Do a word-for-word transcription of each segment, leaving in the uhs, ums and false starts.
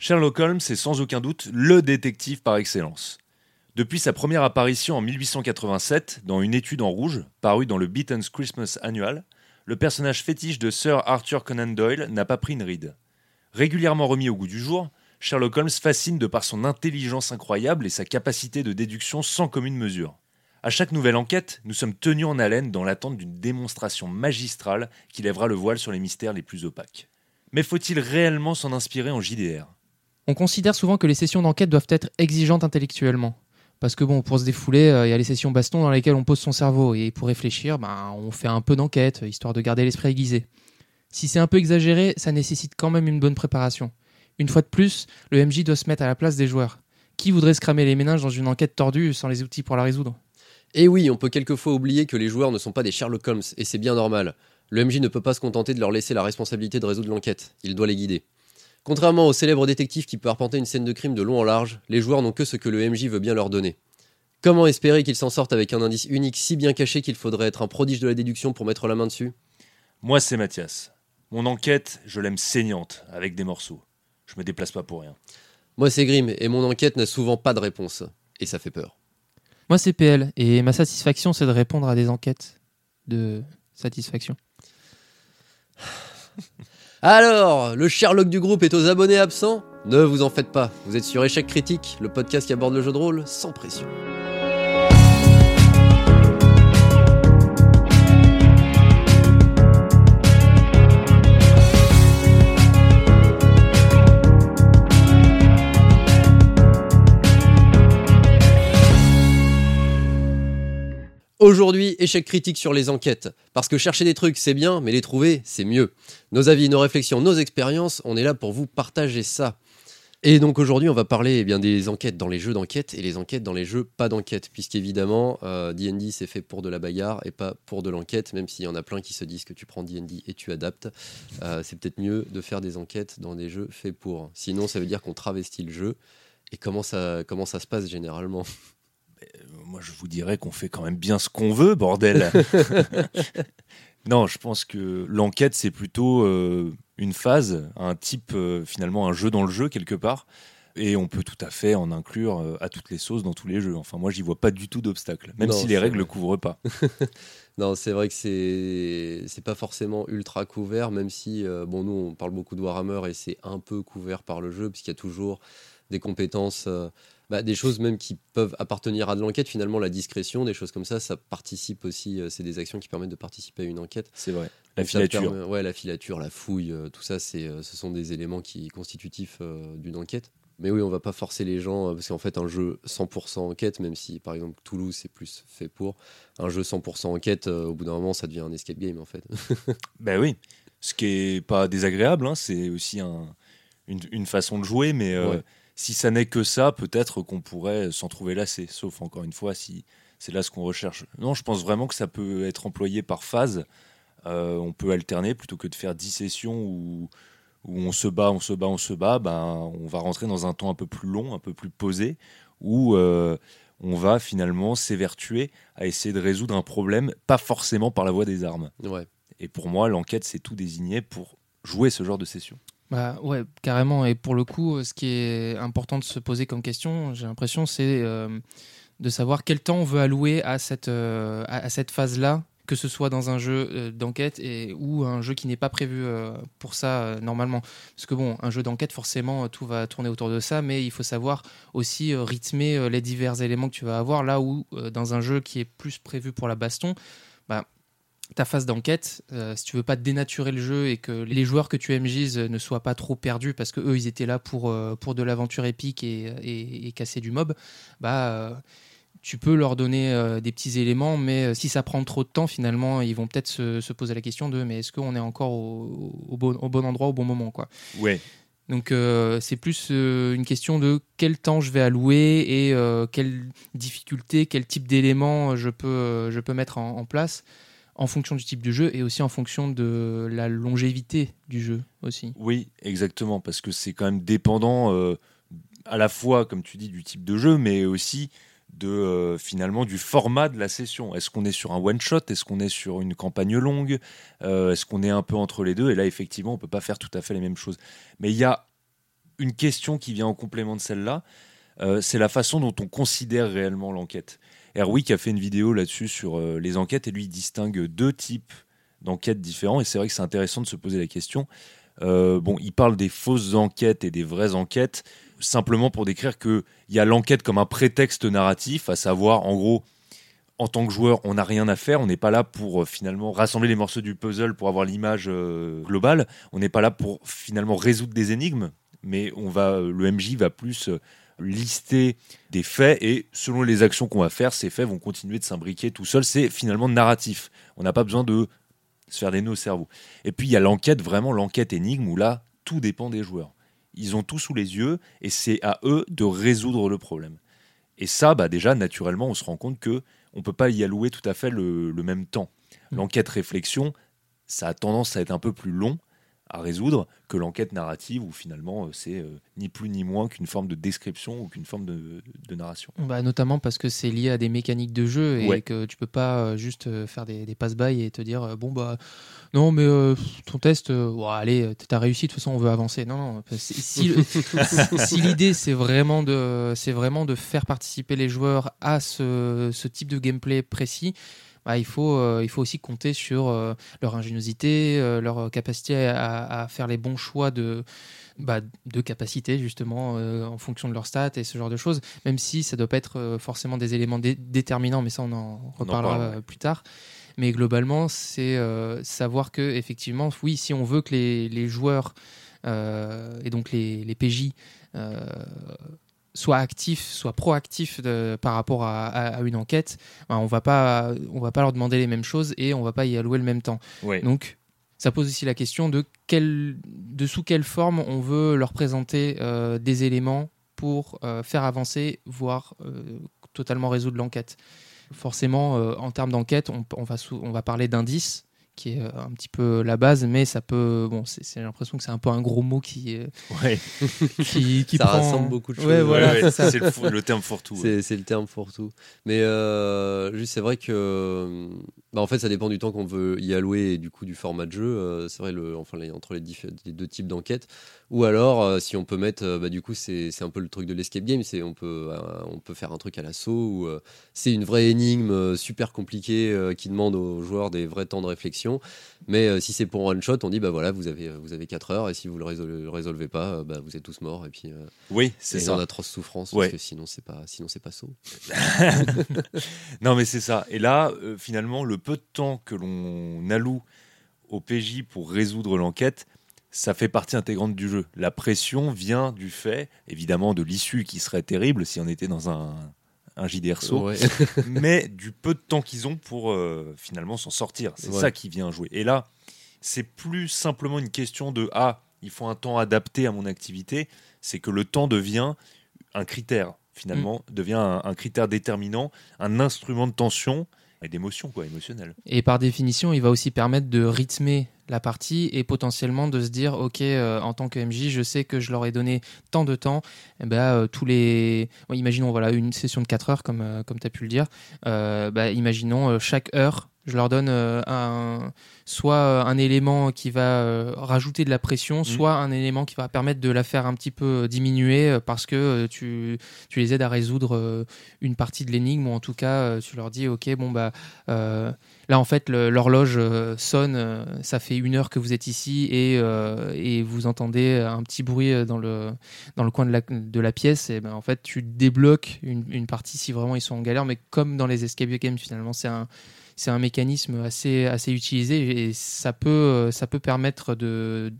Sherlock Holmes est sans aucun doute le détective par excellence. Depuis sa première apparition en mille huit cent quatre-vingt-sept dans Une étude en rouge, parue dans le Beaton's Christmas Annual, le personnage fétiche de Sir Arthur Conan Doyle n'a pas pris une ride. Régulièrement remis au goût du jour, Sherlock Holmes fascine de par son intelligence incroyable et sa capacité de déduction sans commune mesure. À chaque nouvelle enquête, nous sommes tenus en haleine dans l'attente d'une démonstration magistrale qui lèvera le voile sur les mystères les plus opaques. Mais faut-il réellement s'en inspirer en J D R ? On considère souvent que les sessions d'enquête doivent être exigeantes intellectuellement. Parce que bon, pour se défouler, il euh, y a les sessions baston dans lesquelles on pose son cerveau. Et pour réfléchir, ben, on fait un peu d'enquête, histoire de garder l'esprit aiguisé. Si c'est un peu exagéré, ça nécessite quand même une bonne préparation. Une fois de plus, le M J doit se mettre à la place des joueurs. Qui voudrait se cramer les méninges dans une enquête tordue sans les outils pour la résoudre ? Et oui, on peut quelquefois oublier que les joueurs ne sont pas des Sherlock Holmes, et c'est bien normal. Le M J ne peut pas se contenter de leur laisser la responsabilité de résoudre l'enquête, il doit les guider. Contrairement au célèbre détective qui peut arpenter une scène de crime de long en large, les joueurs n'ont que ce que le M J veut bien leur donner. Comment espérer qu'ils s'en sortent avec un indice unique si bien caché qu'il faudrait être un prodige de la déduction pour mettre la main dessus ? Moi, c'est Mathias. Mon enquête, je l'aime saignante, avec des morceaux. Je me déplace pas pour rien. Moi, c'est Grim, et mon enquête n'a souvent pas de réponse. Et ça fait peur. Moi, c'est P L, et ma satisfaction, c'est de répondre à des enquêtes de satisfaction. Alors, le Sherlock du groupe est aux abonnés absents ? Ne vous en faites pas, vous êtes sur Échec Critique, le podcast qui aborde le jeu de rôle sans pression. Aujourd'hui, échec critique sur les enquêtes. Parce que chercher des trucs, c'est bien, mais les trouver, c'est mieux. Nos avis, nos réflexions, nos expériences, on est là pour vous partager ça. Et donc aujourd'hui, on va parler eh bien, des enquêtes dans les jeux d'enquête et les enquêtes dans les jeux pas d'enquête. Puisqu'évidemment, euh, D and D, c'est fait pour de la bagarre et pas pour de l'enquête, même s'il y en a plein qui se disent que tu prends D and D et tu adaptes. Euh, c'est peut-être mieux de faire des enquêtes dans des jeux faits pour. Sinon, ça veut dire qu'on travestit le jeu. Et comment ça, comment ça se passe généralement ? Moi, je vous dirais qu'on fait quand même bien ce qu'on veut, bordel. Non, je pense que l'enquête, c'est plutôt euh, une phase, un type, euh, finalement, un jeu dans le jeu, quelque part. Et on peut tout à fait en inclure euh, à toutes les sauces dans tous les jeux. Enfin, moi, j'y vois pas du tout d'obstacle, même non, si les règles ne le couvrent pas. Non, c'est vrai que c'est, c'est pas forcément ultra couvert, même si, euh, bon, nous, on parle beaucoup de Warhammer et c'est un peu couvert par le jeu, puisqu'il y a toujours des compétences... Euh, Bah, des choses même qui peuvent appartenir à de l'enquête, finalement la discrétion, des choses comme ça, ça participe aussi, euh, c'est des actions qui permettent de participer à une enquête. C'est vrai, la Donc, filature. permet, ouais, la filature, la fouille, euh, tout ça, c'est, euh, ce sont des éléments qui constitutifs euh, d'une enquête. Mais oui, on va pas forcer les gens, euh, parce qu'en fait un jeu cent pour cent enquête, même si par exemple Toulouse c'est plus fait pour, un jeu cent pour cent enquête, euh, au bout d'un moment ça devient un escape game en fait. Ben oui, ce qui est pas désagréable, hein, c'est aussi un, une, une façon de jouer, mais... Euh, ouais. Si ça n'est que ça, peut-être qu'on pourrait s'en trouver lassé. Sauf, encore une fois, si c'est là ce qu'on recherche. Non, je pense vraiment que ça peut être employé par phase. Euh, on peut alterner plutôt que de faire dix sessions où, où on se bat, on se bat, on se bat. Ben, on va rentrer dans un temps un peu plus long, un peu plus posé, où euh, on va finalement s'évertuer à essayer de résoudre un problème, pas forcément par la voie des armes. Ouais. Et pour moi, l'enquête, c'est tout désigné pour jouer ce genre de session. Bah ouais, carrément. Et pour le coup, ce qui est important de se poser comme question, j'ai l'impression, c'est euh, de savoir quel temps on veut allouer à cette, euh, à, à cette phase-là, que ce soit dans un jeu euh, d'enquête et, ou un jeu qui n'est pas prévu euh, pour ça euh, normalement. Parce que bon, un jeu d'enquête, forcément, tout va tourner autour de ça, mais il faut savoir aussi euh, rythmer euh, les divers éléments que tu vas avoir, là où euh, dans un jeu qui est plus prévu pour la baston, bah, ta phase d'enquête, euh, si tu veux pas dénaturer le jeu et que les joueurs que tu M Js ne soient pas trop perdus parce que eux ils étaient là pour, euh, pour de l'aventure épique et, et, et casser du mob, bah euh, tu peux leur donner euh, des petits éléments, mais euh, si ça prend trop de temps, finalement ils vont peut-être se, se poser la question de mais est-ce qu'on est encore au, au, bon, au bon endroit au bon moment, quoi. Ouais. Donc euh, c'est plus euh, une question de quel temps je vais allouer et euh, quelle difficulté, quel type d'éléments je peux, euh, je peux mettre en, en place, en fonction du type de jeu et aussi en fonction de la longévité du jeu aussi. Oui, exactement, parce que c'est quand même dépendant euh, à la fois, comme tu dis, du type de jeu, mais aussi de euh, finalement du format de la session. Est-ce qu'on est sur un one-shot ? Est-ce qu'on est sur une campagne longue ? euh, Est-ce qu'on est un peu entre les deux ? Et là, effectivement, on ne peut pas faire tout à fait les mêmes choses. Mais il y a une question qui vient en complément de celle-là, euh, c'est la façon dont on considère réellement l'enquête. Erwick a fait une vidéo là-dessus sur euh, les enquêtes et lui il distingue deux types d'enquêtes différents et c'est vrai que c'est intéressant de se poser la question. Euh, bon, il parle des fausses enquêtes et des vraies enquêtes simplement pour décrire qu'il y a l'enquête comme un prétexte narratif, à savoir en gros en tant que joueur on n'a rien à faire, on n'est pas là pour euh, finalement rassembler les morceaux du puzzle pour avoir l'image euh, globale, on n'est pas là pour finalement résoudre des énigmes, mais on va, le M J va plus euh, lister des faits et selon les actions qu'on va faire, ces faits vont continuer de s'imbriquer tout seul. C'est finalement narratif. On n'a pas besoin de se faire des nœuds au cerveau. Et puis il y a l'enquête, vraiment l'enquête énigme où là, tout dépend des joueurs. Ils ont tout sous les yeux et c'est à eux de résoudre le problème. Et ça, bah déjà, naturellement, on se rend compte qu'on ne peut pas y allouer tout à fait le, le même temps. L'enquête-réflexion, ça a tendance à être un peu plus long à résoudre que l'enquête narrative où finalement c'est euh, ni plus ni moins qu'une forme de description ou qu'une forme de, de narration. Bah, notamment parce que c'est lié à des mécaniques de jeu et ouais. que tu peux pas euh, juste euh, faire des, des passe-by et te dire euh, bon bah non mais euh, ton test euh, ouais, allez t'as réussi de toute façon on veut avancer. Non non si, si, si l'idée c'est vraiment de c'est vraiment de faire participer les joueurs à ce, ce type de gameplay précis. Bah, il, faut, euh, il faut aussi compter sur euh, leur ingéniosité, euh, leur capacité à, à faire les bons choix de, bah, de capacité, justement, euh, en fonction de leur stats et ce genre de choses, même si ça ne doit pas être euh, forcément des éléments dé- déterminants, mais ça, on en reparlera on en parle, ouais. plus tard. Mais globalement, c'est euh, savoir que, effectivement, oui, si on veut que les, les joueurs euh, et donc les, les P J euh, soit actif, soit proactif de, par rapport à, à, à une enquête, ben on va pas, on va pas leur demander les mêmes choses et on va pas y allouer le même temps. Ouais. Donc, ça pose aussi la question de, quel, de sous quelle forme on veut leur présenter euh, des éléments pour euh, faire avancer, voire euh, totalement résoudre l'enquête. Forcément, euh, en termes d'enquête, on, on, va sous, on va parler d'indices, qui est un petit peu la base, mais ça peut, bon, c'est, c'est j'ai l'impression que c'est un peu un gros mot qui, ouais. qui, qui ça prend... rassemble beaucoup de choses. Ouais, voilà, ouais, ouais, c'est, ça. c'est le, le terme fourre-tout. C'est, ouais. c'est le terme fourre-tout. Mais euh, juste, c'est vrai que, bah, en fait, ça dépend du temps qu'on veut y allouer et du coup du format de jeu. Euh, c'est vrai, le, enfin, les, entre les, diff- les deux types d'enquêtes. Ou alors, euh, si on peut mettre, euh, bah, du coup, c'est, c'est un peu le truc de l'escape game. C'est on peut, euh, on peut faire un truc à l'assaut où euh, c'est une vraie énigme euh, super compliquée euh, qui demande aux joueurs des vrais temps de réflexion. Mais euh, si c'est pour one shot, on dit bah voilà, vous avez vous avez quatre heures et si vous le, résol- le résolvez pas, euh, bah vous êtes tous morts et puis euh, oui, c'est ça. En atroce souffrance ouais. parce que sinon c'est pas sinon c'est pas saut. Non mais c'est ça. Et là, euh, finalement, le peu de temps que l'on alloue au P J pour résoudre l'enquête, ça fait partie intégrante du jeu. La pression vient du fait, évidemment, de l'issue qui serait terrible si on était dans un un J D R S O, ouais. mais du peu de temps qu'ils ont pour euh, finalement s'en sortir. C'est ouais. ça qui vient jouer. Et là, c'est plus simplement une question de « Ah, il faut un temps adapté à mon activité », c'est que le temps devient un critère, finalement, mmh. devient un, un critère déterminant, un instrument de tension et d'émotion, quoi, émotionnel. Et par définition, il va aussi permettre de rythmer la partie et potentiellement de se dire ok euh, en tant que M J je sais que je leur ai donné tant de temps et ben, euh, tous les bon, imaginons voilà une session de quatre heures comme, euh, comme tu as pu le dire euh, bah, imaginons euh, chaque heure je leur donne euh, un, soit un élément qui va euh, rajouter de la pression, mmh. soit un élément qui va permettre de la faire un petit peu diminuer euh, parce que euh, tu, tu les aides à résoudre euh, une partie de l'énigme ou en tout cas euh, tu leur dis ok bon bah euh, là en fait le, l'horloge euh, sonne, euh, ça fait une heure que vous êtes ici et, euh, et vous entendez un petit bruit dans le, dans le coin de la, de la pièce et ben en fait tu débloques une, une partie si vraiment ils sont en galère, mais comme dans les escape games finalement c'est un c'est un mécanisme assez, assez utilisé et ça peut, ça peut permettre de,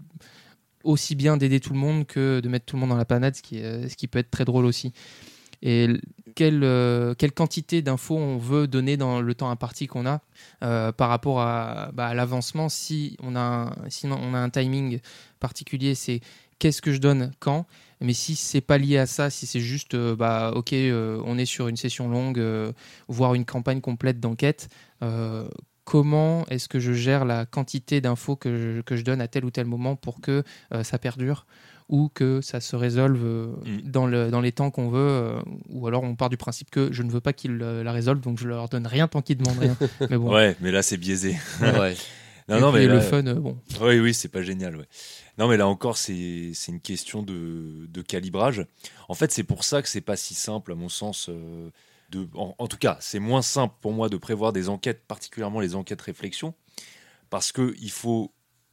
aussi bien d'aider tout le monde que de mettre tout le monde dans la panade, ce qui, ce qui peut être très drôle aussi. Et quelle, euh, quelle quantité d'infos on veut donner dans le temps imparti qu'on a euh, par rapport à, bah, à l'avancement. Si on a un, si on a un timing particulier, c'est qu'est-ce que je donne quand. Mais si c'est pas lié à ça, si c'est juste, euh, bah, ok, euh, on est sur une session longue, euh, voire une campagne complète d'enquête, euh, comment est-ce que je gère la quantité d'infos que je, que je donne à tel ou tel moment pour que euh, ça perdure ou que ça se résolve euh, mmh. dans, le, dans les temps qu'on veut, euh, ou alors on part du principe que je ne veux pas qu'ils euh, la résolvent, donc je leur donne rien tant qu'ils demandent rien. Mais bon. Ouais, mais là c'est biaisé. Ouais. Non, non, mais le là, fun, euh, bon. Oui, oui, c'est pas génial. Ouais. Non, mais là encore, c'est, c'est une question de, de calibrage. En fait, c'est pour ça que c'est pas si simple, à mon sens. euh, de, en, en tout cas, c'est moins simple pour moi de prévoir des enquêtes, particulièrement les enquêtes réflexion, parce qu'il faut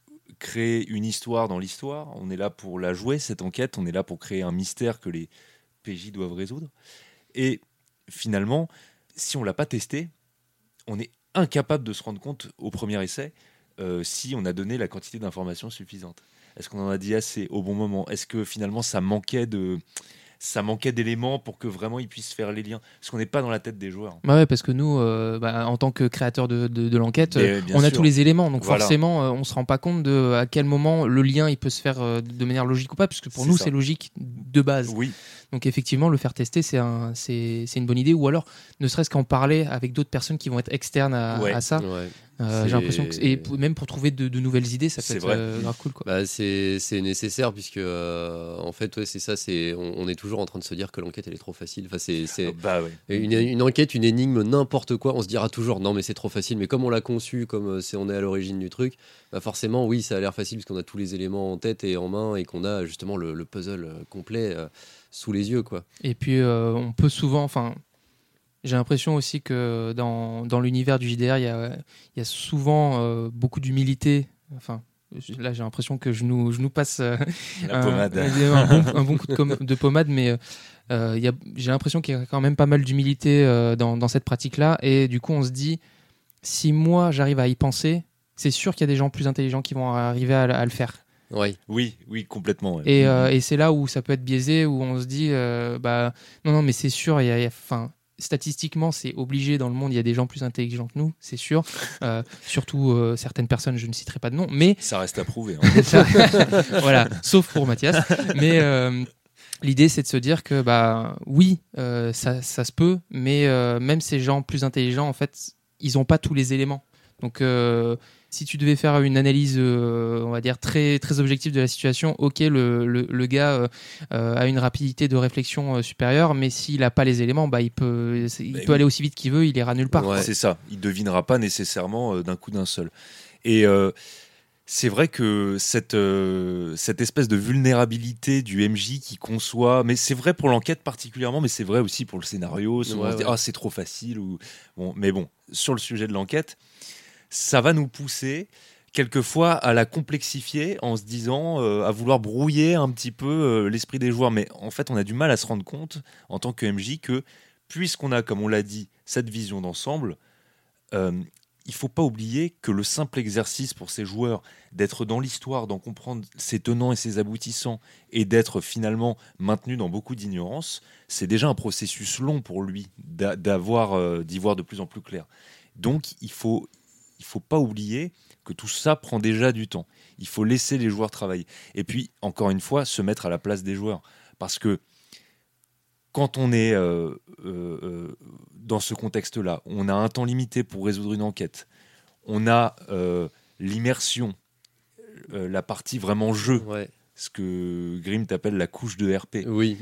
créer une histoire dans l'histoire. On est là pour la jouer, cette enquête. On est là pour créer un mystère que les P J doivent résoudre. Et finalement, si on l'a pas testé, on est incapable de se rendre compte au premier essai euh, si on a donné la quantité d'informations suffisante. Est-ce qu'on en a dit assez au bon moment ? Est-ce que finalement ça manquait de ça manquait d'éléments pour que vraiment ils puissent faire les liens ? Parce qu'on n'est pas dans la tête des joueurs. Bah ouais, parce que nous, euh, bah, en tant que créateur de, de, de l'enquête, Mais, euh, bien on a sûr. tous les éléments. Donc Voilà. forcément, euh, on se rend pas compte de à quel moment le lien il peut se faire euh, de manière logique ou pas, puisque pour C'est nous, ça. c'est logique de base. Oui, Donc effectivement, le faire tester, c'est, un, c'est, c'est une bonne idée. Ou alors, ne serait-ce qu'en parler avec d'autres personnes qui vont être externes à, Ouais. à ça. Ouais. Euh, C'est- j'ai l'impression que, et p- même pour trouver de, de nouvelles idées, ça peut C'est être vrai. euh, grave cool, quoi. Bah, c'est, c'est nécessaire puisque euh, en fait ouais, c'est ça, c'est, on, on est toujours en train de se dire que l'enquête elle est trop facile. Enfin, c'est, c'est bah ouais. une, une enquête, une énigme, n'importe quoi, on se dira toujours non mais c'est trop facile. Mais comme on l'a conçu, comme euh, c'est, on est à l'origine du truc, bah forcément oui ça a l'air facile puisqu'on a tous les éléments en tête et en main et qu'on a justement le, le puzzle euh, complet euh, sous les yeux quoi. Et puis, euh, on peut souvent, enfin, j'ai l'impression aussi que dans, dans l'univers du J D R, il y a, il y a souvent euh, beaucoup d'humilité. Enfin, là, j'ai l'impression que je nous, je nous passe euh, La un, pommade. un bon, un bon coup de, com- de pommade, mais euh, il y a, j'ai l'impression qu'il y a quand même pas mal d'humilité euh, dans, dans cette pratique-là. Et du coup, on se dit, si moi, j'arrive à y penser, c'est sûr qu'il y a des gens plus intelligents qui vont arriver à, à le faire. Ouais. Oui, oui, complètement. ouais. Et, euh, et c'est là où ça peut être biaisé, où on se dit, euh, bah, non, non, mais c'est sûr, il y a, il y a- enfin, statistiquement, c'est obligé dans le monde, il y a des gens plus intelligents que nous, c'est sûr. Euh, surtout euh, certaines personnes, je ne citerai pas de nom, mais Ça reste à prouver. hein. ça- voilà, sauf pour Mathias. Mais euh, l'idée, c'est de se dire que, bah, oui, euh, ça, ça se peut, mais euh, même ces gens plus intelligents, en fait, ils n'ont pas tous les éléments. Donc, euh, si tu devais faire une analyse, euh, on va dire, très, très objective de la situation, ok, le, le, le gars euh, euh, a une rapidité de réflexion euh, supérieure, mais s'il n'a pas les éléments, bah, il peut, c'est- il Mais peut oui. aller aussi vite qu'il veut, il ira nulle part. Ouais. C'est ça. Il devinera pas nécessairement euh, d'un coup d'un seul. Et euh, c'est vrai que cette, euh, cette espèce de vulnérabilité du M J qui conçoit, mais c'est vrai pour l'enquête particulièrement, mais c'est vrai aussi pour le scénario. Souvent Ouais, on se dit ouais. ah c'est trop facile ou bon, mais bon sur le sujet de l'enquête, ça va nous pousser quelquefois à la complexifier en se disant euh, à vouloir brouiller un petit peu euh, l'esprit des joueurs. Mais en fait, on a du mal à se rendre compte en tant que M J que puisqu'on a, comme on l'a dit, cette vision d'ensemble. Euh, il faut pas oublier que le simple exercice pour ces joueurs d'être dans l'histoire, d'en comprendre ses tenants et ses aboutissants et d'être finalement maintenu dans beaucoup d'ignorance, c'est déjà un processus long pour lui d'a- d'avoir, euh, d'y voir de plus en plus clair. Donc il faut, il faut pas oublier que tout ça prend déjà du temps. Il faut laisser les joueurs travailler. Et puis, encore une fois, se mettre à la place des joueurs. Parce que quand on est euh, euh, euh, dans ce contexte-là, on a un temps limité pour résoudre une enquête, on a euh, l'immersion, euh, la partie vraiment jeu, Ouais. ce que Grimm t'appelle la couche de R P. Oui.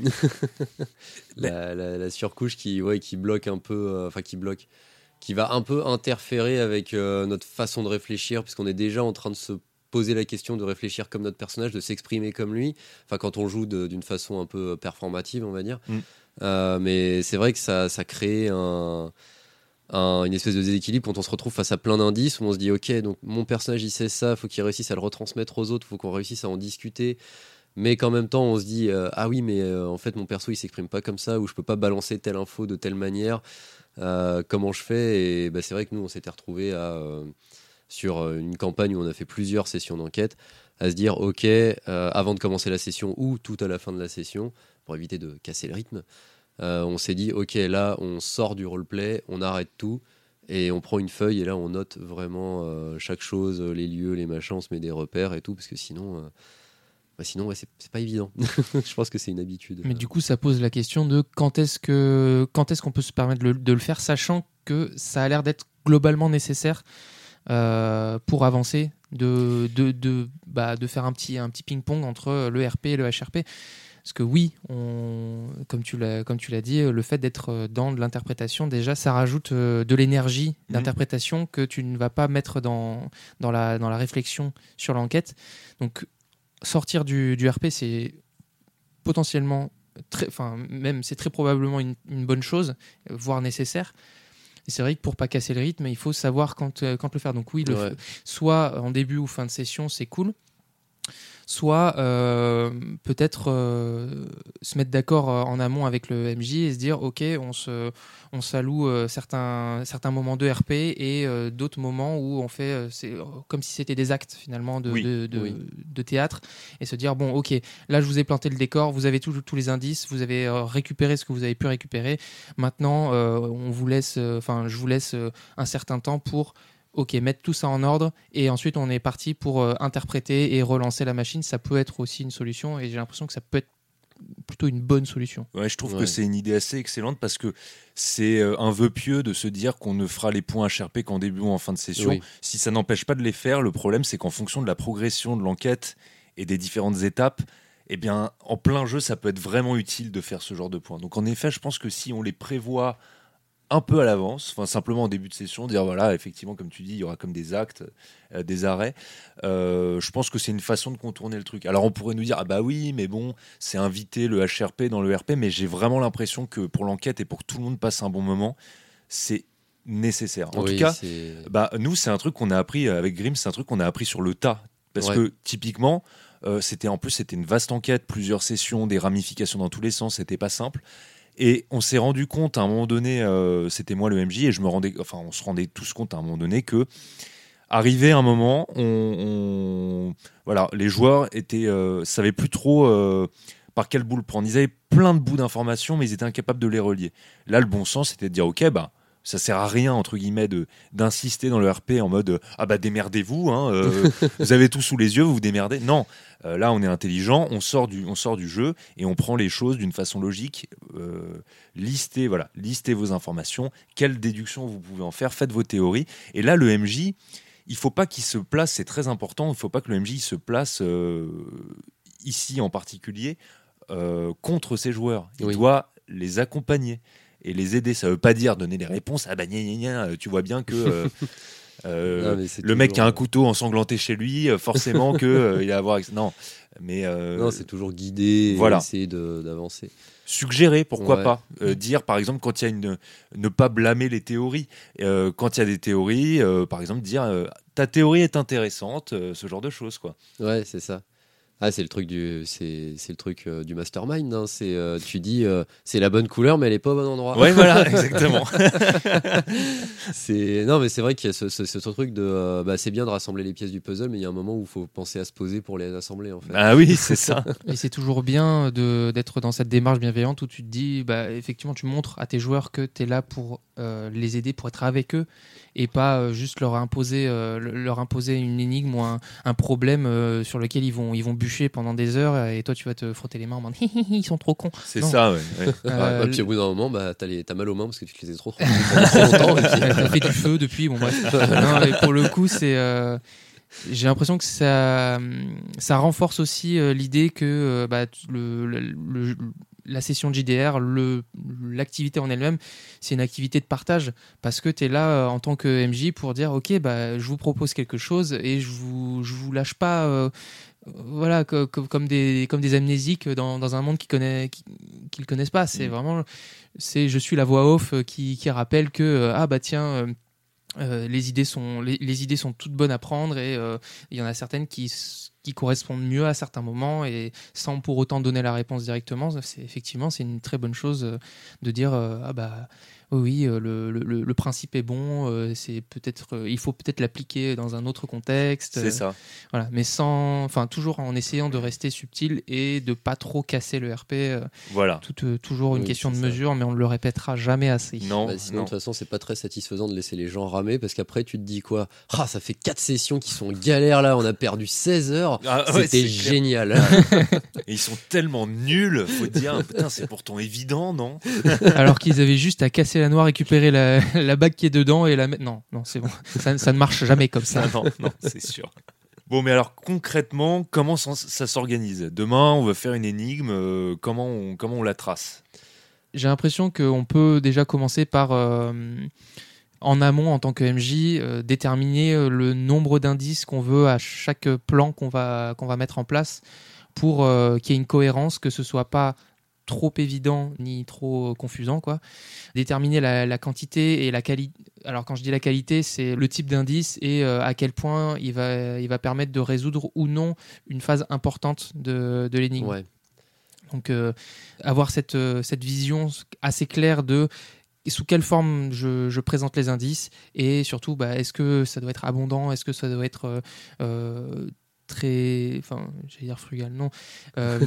la, la, la surcouche qui, ouais, qui bloque un peu, euh, enfin qui bloque, qui va un peu interférer avec euh, notre façon de réfléchir, puisqu'on est déjà en train de se poser la question de réfléchir comme notre personnage, de s'exprimer comme lui. Enfin, quand on joue de- d'une façon un peu performative, on va dire. Mm. Euh, mais c'est vrai que ça, ça crée un, un- une espèce de déséquilibre quand on se retrouve face à plein d'indices où on se dit ok, donc mon personnage il sait ça, faut qu'il réussisse à le retransmettre aux autres, faut qu'on réussisse à en discuter. Mais qu'en même temps, on se dit euh, ah oui, mais euh, en fait, mon perso il s'exprime pas comme ça, ou je peux pas balancer telle info de telle manière. Euh, comment je fais? Et bah, c'est vrai que nous, on s'était retrouvés à, euh, sur euh, une campagne où on a fait plusieurs sessions d'enquête, à se dire ok, euh, avant de commencer la session ou tout à la fin de la session, pour éviter de casser le rythme, euh, on s'est dit ok, là, on sort du roleplay, on arrête tout. Et on prend une feuille et là on note vraiment euh, chaque chose, les lieux, les machins, on se met des repères et tout, parce que sinon, euh, bah sinon ouais, c'est, c'est pas évident. Je pense que c'est une habitude. Mais du coup, ça pose la question de quand est-ce que quand est-ce qu'on peut se permettre de le, de le faire, sachant que ça a l'air d'être globalement nécessaire euh, pour avancer, de de de bah, de faire un petit un petit ping-pong entre le R P et le H R P. Parce que oui, on, comme tu l'as comme tu l'as dit, le fait d'être dans de l'interprétation, déjà, ça rajoute euh, de l'énergie Mhm. d'interprétation que tu ne vas pas mettre dans dans la dans la réflexion sur l'enquête. Donc sortir du, du R P, c'est potentiellement, très, enfin même c'est très probablement une, une bonne chose, voire nécessaire. Et c'est vrai que pour pas casser le rythme, il faut savoir quand, euh, quand le faire. Donc oui, le, Ouais. soit en début ou fin de session, c'est cool. Soit euh, peut-être euh, se mettre d'accord euh, en amont avec le M J et se dire ok, on se on s'alloue euh, certains certains moments de R P et euh, d'autres moments où on fait euh, c'est euh, comme si c'était des actes finalement de Oui, de, de, oui. de théâtre, et se dire bon ok, là je vous ai planté le décor, vous avez tous tous les indices, vous avez euh, récupéré ce que vous avez pu récupérer. Maintenant euh, on vous laisse enfin euh, je vous laisse euh, un certain temps pour ok, mettre tout ça en ordre, et ensuite on est parti pour euh, interpréter et relancer la machine. Ça peut être aussi une solution, et j'ai l'impression que ça peut être plutôt une bonne solution. Ouais, je trouve Ouais. que c'est une idée assez excellente parce que c'est euh, un vœu pieux de se dire qu'on ne fera les points H R P qu'en début ou en fin de session. Oui. Si ça n'empêche pas de les faire, le problème c'est qu'en fonction de la progression de l'enquête et des différentes étapes, eh bien, en plein jeu, ça peut être vraiment utile de faire ce genre de points. Donc en effet, je pense que si on les prévoit un peu à l'avance, enfin simplement en début de session, dire voilà, effectivement, comme tu dis, il y aura comme des actes, euh, des arrêts. Euh, je pense que c'est une façon de contourner le truc. Alors on pourrait nous dire ah bah oui, mais bon, c'est inviter le H R P dans le R P, mais j'ai vraiment l'impression que pour l'enquête et pour que tout le monde passe un bon moment, c'est nécessaire. En Oui, tout cas, c'est... bah nous, c'est un truc qu'on a appris avec Grimm, c'est un truc qu'on a appris sur le tas, parce Ouais. que typiquement. Euh, c'était en plus c'était une vaste enquête, plusieurs sessions, des ramifications dans tous les sens, c'était pas simple. Et on s'est rendu compte à un moment donné, euh, c'était moi le M J, et je me rendais, enfin on se rendait tous compte à un moment donné que arrivé un moment, on, on- voilà, les joueurs étaient, euh, savaient plus trop euh, par quel bout le prendre. Ils avaient plein de bouts d'informations, mais ils étaient incapables de les relier. Là, le bon sens, c'était de dire ok, bah ça sert à rien entre guillemets de d'insister dans le R P en mode euh, ah bah démerdez-vous, hein, euh, vous avez tout sous les yeux, vous vous démerdez. Non, euh, là on est intelligent, on sort du on sort du jeu et on prend les choses d'une façon logique. Euh, listez voilà, listez vos informations, quelles déductions vous pouvez en faire, faites vos théories. Et là le M J, il faut pas qu'il se place, c'est très important, il faut pas que le M J se place euh, ici en particulier euh, contre ses joueurs. Il Oui. doit les accompagner et les aider. Ça veut pas dire donner des réponses. Ah bah gna gna gna, tu vois bien que euh, euh, Non, mais c'est le mec qui a un toujours- couteau ensanglanté chez lui, euh, forcément que euh, il va avoir non. Mais euh, Non, c'est toujours guider et voilà. essayer de- d'avancer. suggérer, pourquoi Ouais. pas. Euh, dire, par exemple, quand il y a une... Ne pas blâmer les théories. Euh, quand il y a des théories, euh, par exemple, dire euh, ta théorie est intéressante, euh, ce genre de choses, quoi. Ouais, c'est ça. Ah, c'est le truc du, c'est, c'est le truc euh, du mastermind. Hein. C'est, euh, tu dis, euh, c'est la bonne couleur, mais elle est pas au bon endroit. Ouais, voilà, exactement. C'est non, mais c'est vrai qu'il y a ce, ce- ce truc de, euh, bah, c'est bien de rassembler les pièces du puzzle, mais il y a un moment où il faut penser à se poser pour les assembler, en fait. Ah oui, c'est ça. Et c'est toujours bien de, d'être dans cette démarche bienveillante où tu te dis, bah, effectivement, tu montres à tes joueurs que tu es là pour euh, les aider, pour être avec eux, et pas euh, juste leur imposer, euh, le- leur imposer une énigme ou un, un problème euh, sur lequel ils vont, ils vont bûcher pendant des heures, et toi tu vas te frotter les mains en mode Hi, hi, hi, ils sont trop cons. C'est Non. ça, ouais. ouais. Euh, Ouais, puis au bout d'un moment, bah, t'as, les, t'as mal aux mains parce que tu te les as trop trop, trop longtemps. Et puis, T'as fait du feu depuis, bon bref. Non, mais pour le coup, c'est, euh, j'ai l'impression que ça, ça renforce aussi euh, l'idée que euh, bah, t- le, le- le- la session de J D R, le, l'activité en elle-même, c'est une activité de partage, parce que tu es là euh, en tant que M J pour dire ok, bah, je vous propose quelque chose et je vous, je vous lâche pas. euh, voilà, co- co- comme des comme des amnésiques dans, dans un monde qui connaît qui, qu'ils connaissent pas. C'est Mm. vraiment, c'est je suis la voix off euh, qui, qui rappelle que euh, ah bah tiens. euh, euh, les idées sont les, les idées sont toutes bonnes à prendre, et euh, il y en a certaines qui s- qui correspondent mieux à certains moments, et sans pour autant donner la réponse directement. C'est effectivement c'est une très bonne chose euh, de dire euh, ah bah oui, oui, euh, le, le, le principe est bon, euh, c'est peut-être euh, il faut peut-être l'appliquer dans un autre contexte. C'est ça. Voilà, mais sans, enfin toujours en essayant de rester subtil et de pas trop casser le R P. euh, Voilà. tout, euh, toujours une Oui, question de c'est ça. mesure, mais on ne le répétera jamais assez. Non, bah, sinon, non. de toute façon, c'est pas très satisfaisant de laisser les gens ramer parce qu'après, tu te dis quoi? Ah, ça fait quatre sessions qui sont galères là, on a perdu seize heures. Ah, ouais, C'était c'est clair. génial. Et ils sont tellement nuls, faut te dire, putain, c'est pourtant évident, non? Alors qu'ils avaient juste à casser la noix, récupérer la, la bague qui est dedans et la mettre. Non, non, c'est bon. Ça, ça ne marche jamais comme ça. Ah non, non, c'est sûr. Bon, mais alors concrètement, comment ça, ça s'organise? Demain, on veut faire une énigme, euh, comment, on, comment on la trace? J'ai l'impression qu'on peut déjà commencer par, euh, en amont en tant que M J, euh, déterminer euh, le nombre d'indices qu'on veut à chaque plan qu'on va, qu'on va mettre en place pour euh, qu'il y ait une cohérence, que ce soit pas trop évident ni trop confusant, quoi. Déterminer la, la quantité et la qualité. Alors quand je dis la qualité, c'est le type d'indice et euh, à quel point il va, il va permettre de résoudre ou non une phase importante de, de l'énigme. Ouais. Donc euh, avoir cette, euh, cette vision assez claire de sous quelle forme je, je présente les indices et surtout bah, est-ce que ça doit être abondant, est-ce que ça doit être euh, euh, très, enfin j'allais dire frugal, non. Euh,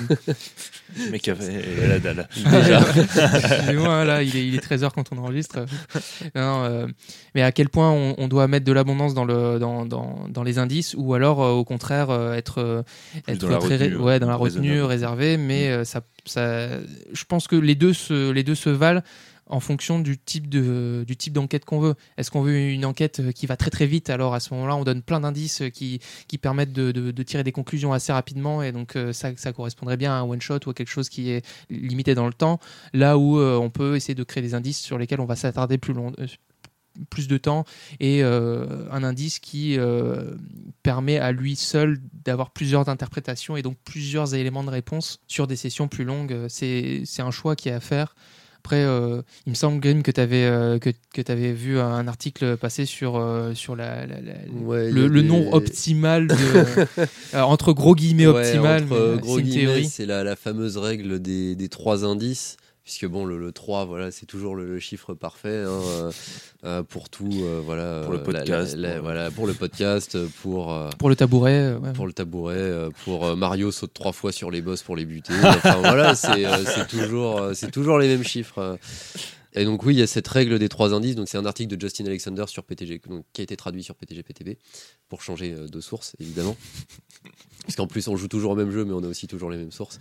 Le mec avait la dalle. Déjà. Excusez-moi, là, il est, il est treize heures quand on enregistre. Non, euh, mais à quel point on, on doit mettre de l'abondance dans, le, dans, dans, dans les indices ou alors, euh, au contraire, euh, être, euh, être dans la très retenue, ouais, dans la retenue, raisonnable. réservé. Mais euh, ça, ça, je pense que les deux se, les deux se valent en fonction du type de du type d'enquête qu'on veut. Est-ce qu'on veut une enquête qui va très très vite? Alors à ce moment-là, on donne plein d'indices qui qui permettent de, de, de tirer des conclusions assez rapidement et donc euh, ça ça correspondrait bien à un one shot ou à quelque chose qui est limité dans le temps. Là où euh, on peut essayer de créer des indices sur lesquels on va s'attarder plus long euh, plus de temps et euh, un indice qui euh, permet à lui seul d'avoir plusieurs interprétations et donc plusieurs éléments de réponse sur des sessions plus longues. C'est c'est un choix qui est à faire. Après, euh, il me semble, Grim, que tu avais euh, que, que t'avais vu un article passer sur, euh, sur la, la, la, Ouais, le, le des... nombre optimal, de, euh, entre gros guillemets ouais, optimal, entre, mais, euh, euh, gros c'est une guillemets, théorie. c'est la, la fameuse règle des, des trois indices. Puisque bon, le, le trois, voilà, c'est toujours le, le chiffre parfait hein, euh, euh, pour tout, euh, voilà, Pour le podcast, la, la, la, pour... voilà, pour le podcast, pour euh, pour le tabouret, ouais. pour le tabouret, euh, pour euh, Mario saute trois fois sur les boss pour les buter. Enfin voilà, c'est euh, c'est toujours, euh, c'est toujours les mêmes chiffres. euh. Et donc oui, il y a cette règle des trois indices. Donc c'est un article de Justin Alexander sur P T G, donc, qui a été traduit sur P T G P T B pour changer euh, de source, évidemment. Parce qu'en plus, on joue toujours au même jeu, mais on a aussi toujours les mêmes sources.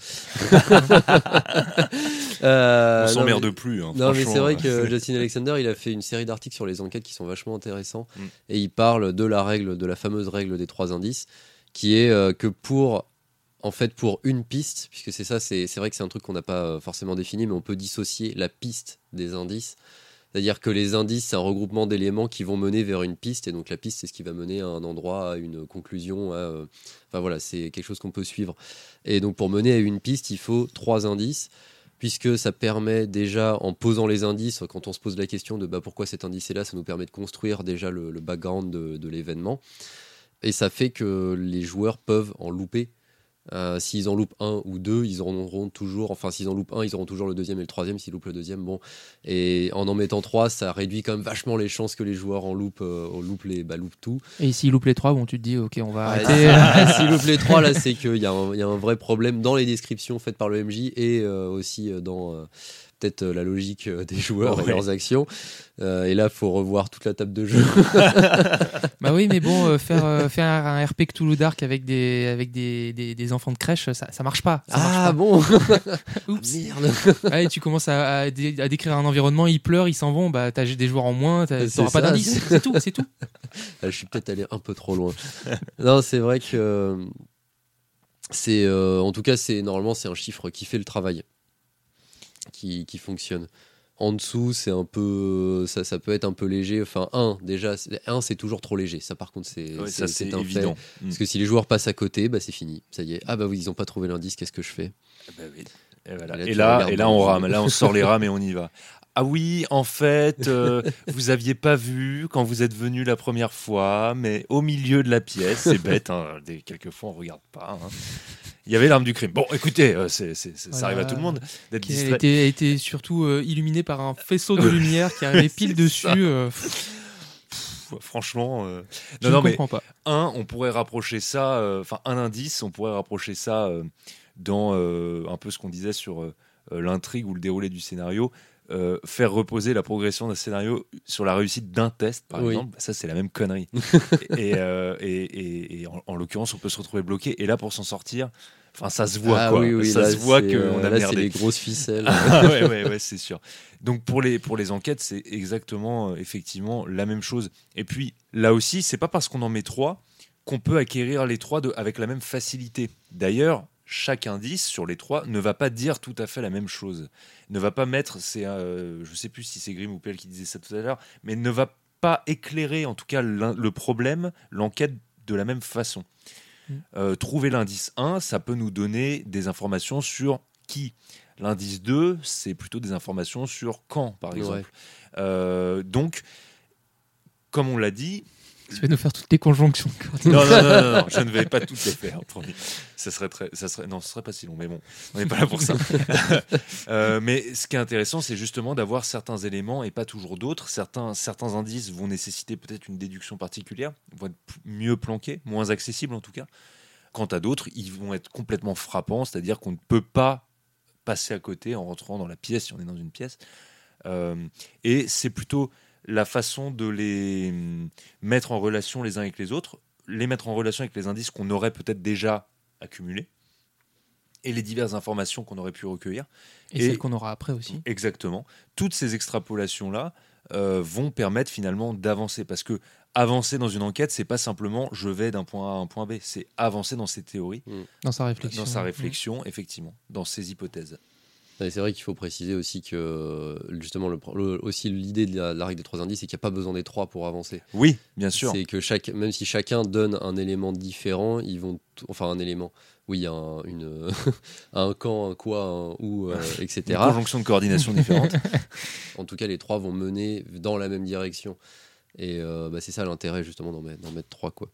euh, on s'emmerde mais, plus. Hein, non, mais c'est vrai euh, que Justin Alexander, il a fait une série d'articles sur les enquêtes qui sont vachement intéressants. Mm. Et il parle de la règle, de la fameuse règle des trois indices, qui est euh, que pour, en fait, pour une piste, puisque c'est ça, c'est, c'est vrai que c'est un truc qu'on n'a pas euh, forcément défini, mais on peut dissocier la piste des indices. C'est-à-dire que les indices, c'est un regroupement d'éléments qui vont mener vers une piste, et donc la piste, c'est ce qui va mener à un endroit, à une conclusion, à, euh... enfin voilà, c'est quelque chose qu'on peut suivre. Et donc pour mener à une piste, il faut trois indices, puisque ça permet déjà, en posant les indices, quand on se pose la question de bah, pourquoi cet indice est là, ça nous permet de construire déjà le, le background de, de l'événement, et ça fait que les joueurs peuvent en louper. Euh, s'ils en loupent un ou deux, ils en auront toujours. Enfin, s'ils en loupent un, ils auront toujours le deuxième et le troisième. S'ils loupent le deuxième, bon. Et en en mettant trois, ça réduit quand même vachement les chances que les joueurs en loupent, euh, loupent les, bah, loupent tout. Et s'ils loupent les trois, bon, tu te dis, ok, on va Ouais, arrêter. s'ils loupent les trois, là, c'est qu'il y, y a un vrai problème dans les descriptions faites par le M J et euh, aussi dans euh, peut-être la logique des joueurs ouais. et leurs actions. Euh, et là, il faut revoir toute la table de jeu. Bah oui, mais bon, euh, faire, euh, faire un R P Cthulhu Dark avec des, avec des, des, des enfants de crèche, ça, ça marche pas. Ça marche ah pas. bon. Oups. Merde. Ouais, tu commences à, à, dé- à décrire un environnement, ils pleurent, ils s'en vont, bah t'as des joueurs en moins, t'as- C'est t'auras pas ça, d'indice, c'est- c'est tout, c'est tout. Je suis peut-être allé un peu trop loin. Non, c'est vrai que euh, c'est, euh, en tout cas, c'est normalement c'est un chiffre qui fait le travail, qui, qui fonctionne. En dessous, c'est un peu, ça, ça peut être un peu léger. Enfin, un déjà, un c'est toujours trop léger. Ça, par contre, c'est, ouais, c'est, ça, c'est c'est un évident. fait. Parce que si les joueurs passent à côté, bah c'est fini. Ça y est. Ah bah oui, ils ont pas trouvé l'indice. Qu'est-ce que je fais? Bah oui. Et, voilà. Et là, et tu là, regardes et là dans on le rame. jeu. Là, on sort les rames et on y va. Ah oui, en fait, euh, vous aviez pas vu quand vous êtes venu la première fois, mais au milieu de la pièce, c'est bête. Hein, des, quelquefois, on regarde pas. Hein. Il y avait l'arme du crime. Bon, écoutez, euh, c'est, c'est, c'est, Voilà. ça arrive à tout le monde d'être Elle distrait. était, elle était surtout euh, illuminée par un faisceau de lumière qui arrivait pile C'est dessus. ça. Euh, Franchement, euh... je non, ne non, mais comprends pas. un, on pourrait rapprocher ça, enfin euh, un indice, on pourrait rapprocher ça euh, dans euh, un peu ce qu'on disait sur euh, l'intrigue ou le déroulé du scénario. Euh, faire reposer la progression d'un scénario sur la réussite d'un test, par Oui. exemple, ça c'est la même connerie. et, euh, et, et, et en, en l'occurrence, on peut se retrouver bloqué. Et là, pour s'en sortir, enfin, ça se voit Ah quoi. oui, oui, ça là, se voit c'est, qu'on euh, a là, merdé. c'est les grosses ficelles. Ah ouais, ouais, ouais, c'est sûr. Donc pour les, pour les enquêtes, c'est exactement, euh, effectivement, la même chose. Et puis, là aussi, c'est pas parce qu'on en met trois qu'on peut acquérir les trois de, avec la même facilité. D'ailleurs, chaque indice sur les trois ne va pas dire tout à fait la même chose. Ne va pas mettre, c'est, euh, je sais plus si c'est Grimm ou P L qui disait ça tout à l'heure, mais ne va pas éclairer, en tout cas, le problème, l'enquête de la même façon. Mmh. Euh, trouver l'indice un, ça peut nous donner des informations sur qui. L'indice deux, c'est plutôt des informations sur quand, par exemple. Ouais. Euh, donc, comme on l'a dit... Tu vas nous faire toutes les conjonctions. non, non, non, non, non, je ne vais pas toutes les faire. Ça serait très, ça serait, non, ce serait pas si long, mais bon, on n'est pas là pour ça. euh, mais ce qui est intéressant, c'est justement d'avoir certains éléments et pas toujours d'autres. Certains, certains indices vont nécessiter peut-être une déduction particulière, vont être mieux planqués, moins accessibles en tout cas. Quant à d'autres, ils vont être complètement frappants, c'est-à-dire qu'on ne peut pas passer à côté en rentrant dans la pièce si on est dans une pièce. Euh, et c'est plutôt la façon de les mettre en relation les uns avec les autres, les mettre en relation avec les indices qu'on aurait peut-être déjà accumulés et les diverses informations qu'on aurait pu recueillir. Et, et celles qu'on aura après aussi. Exactement. Toutes ces extrapolations-là euh, vont permettre finalement d'avancer. Parce que avancer dans une enquête, c'est pas simplement je vais d'un point A à un point B, c'est avancer dans ses théories. Mmh. Dans sa réflexion. Dans sa réflexion, mmh. effectivement, dans ses hypothèses. Et c'est vrai qu'il faut préciser aussi que justement le, le, aussi l'idée de la, la règle des trois indices, c'est qu'il n'y a pas besoin des trois pour avancer. Oui, bien sûr. C'est que chaque, même si chacun donne un élément différent, ils vont, t- enfin un élément, oui, un, une, un quand, un quoi, un où, euh, et cetera. Une conjonction de coordination différente. En tout cas, les trois vont mener dans la même direction. Et euh, bah, c'est ça l'intérêt justement d'en mettre, d'en mettre trois, quoi.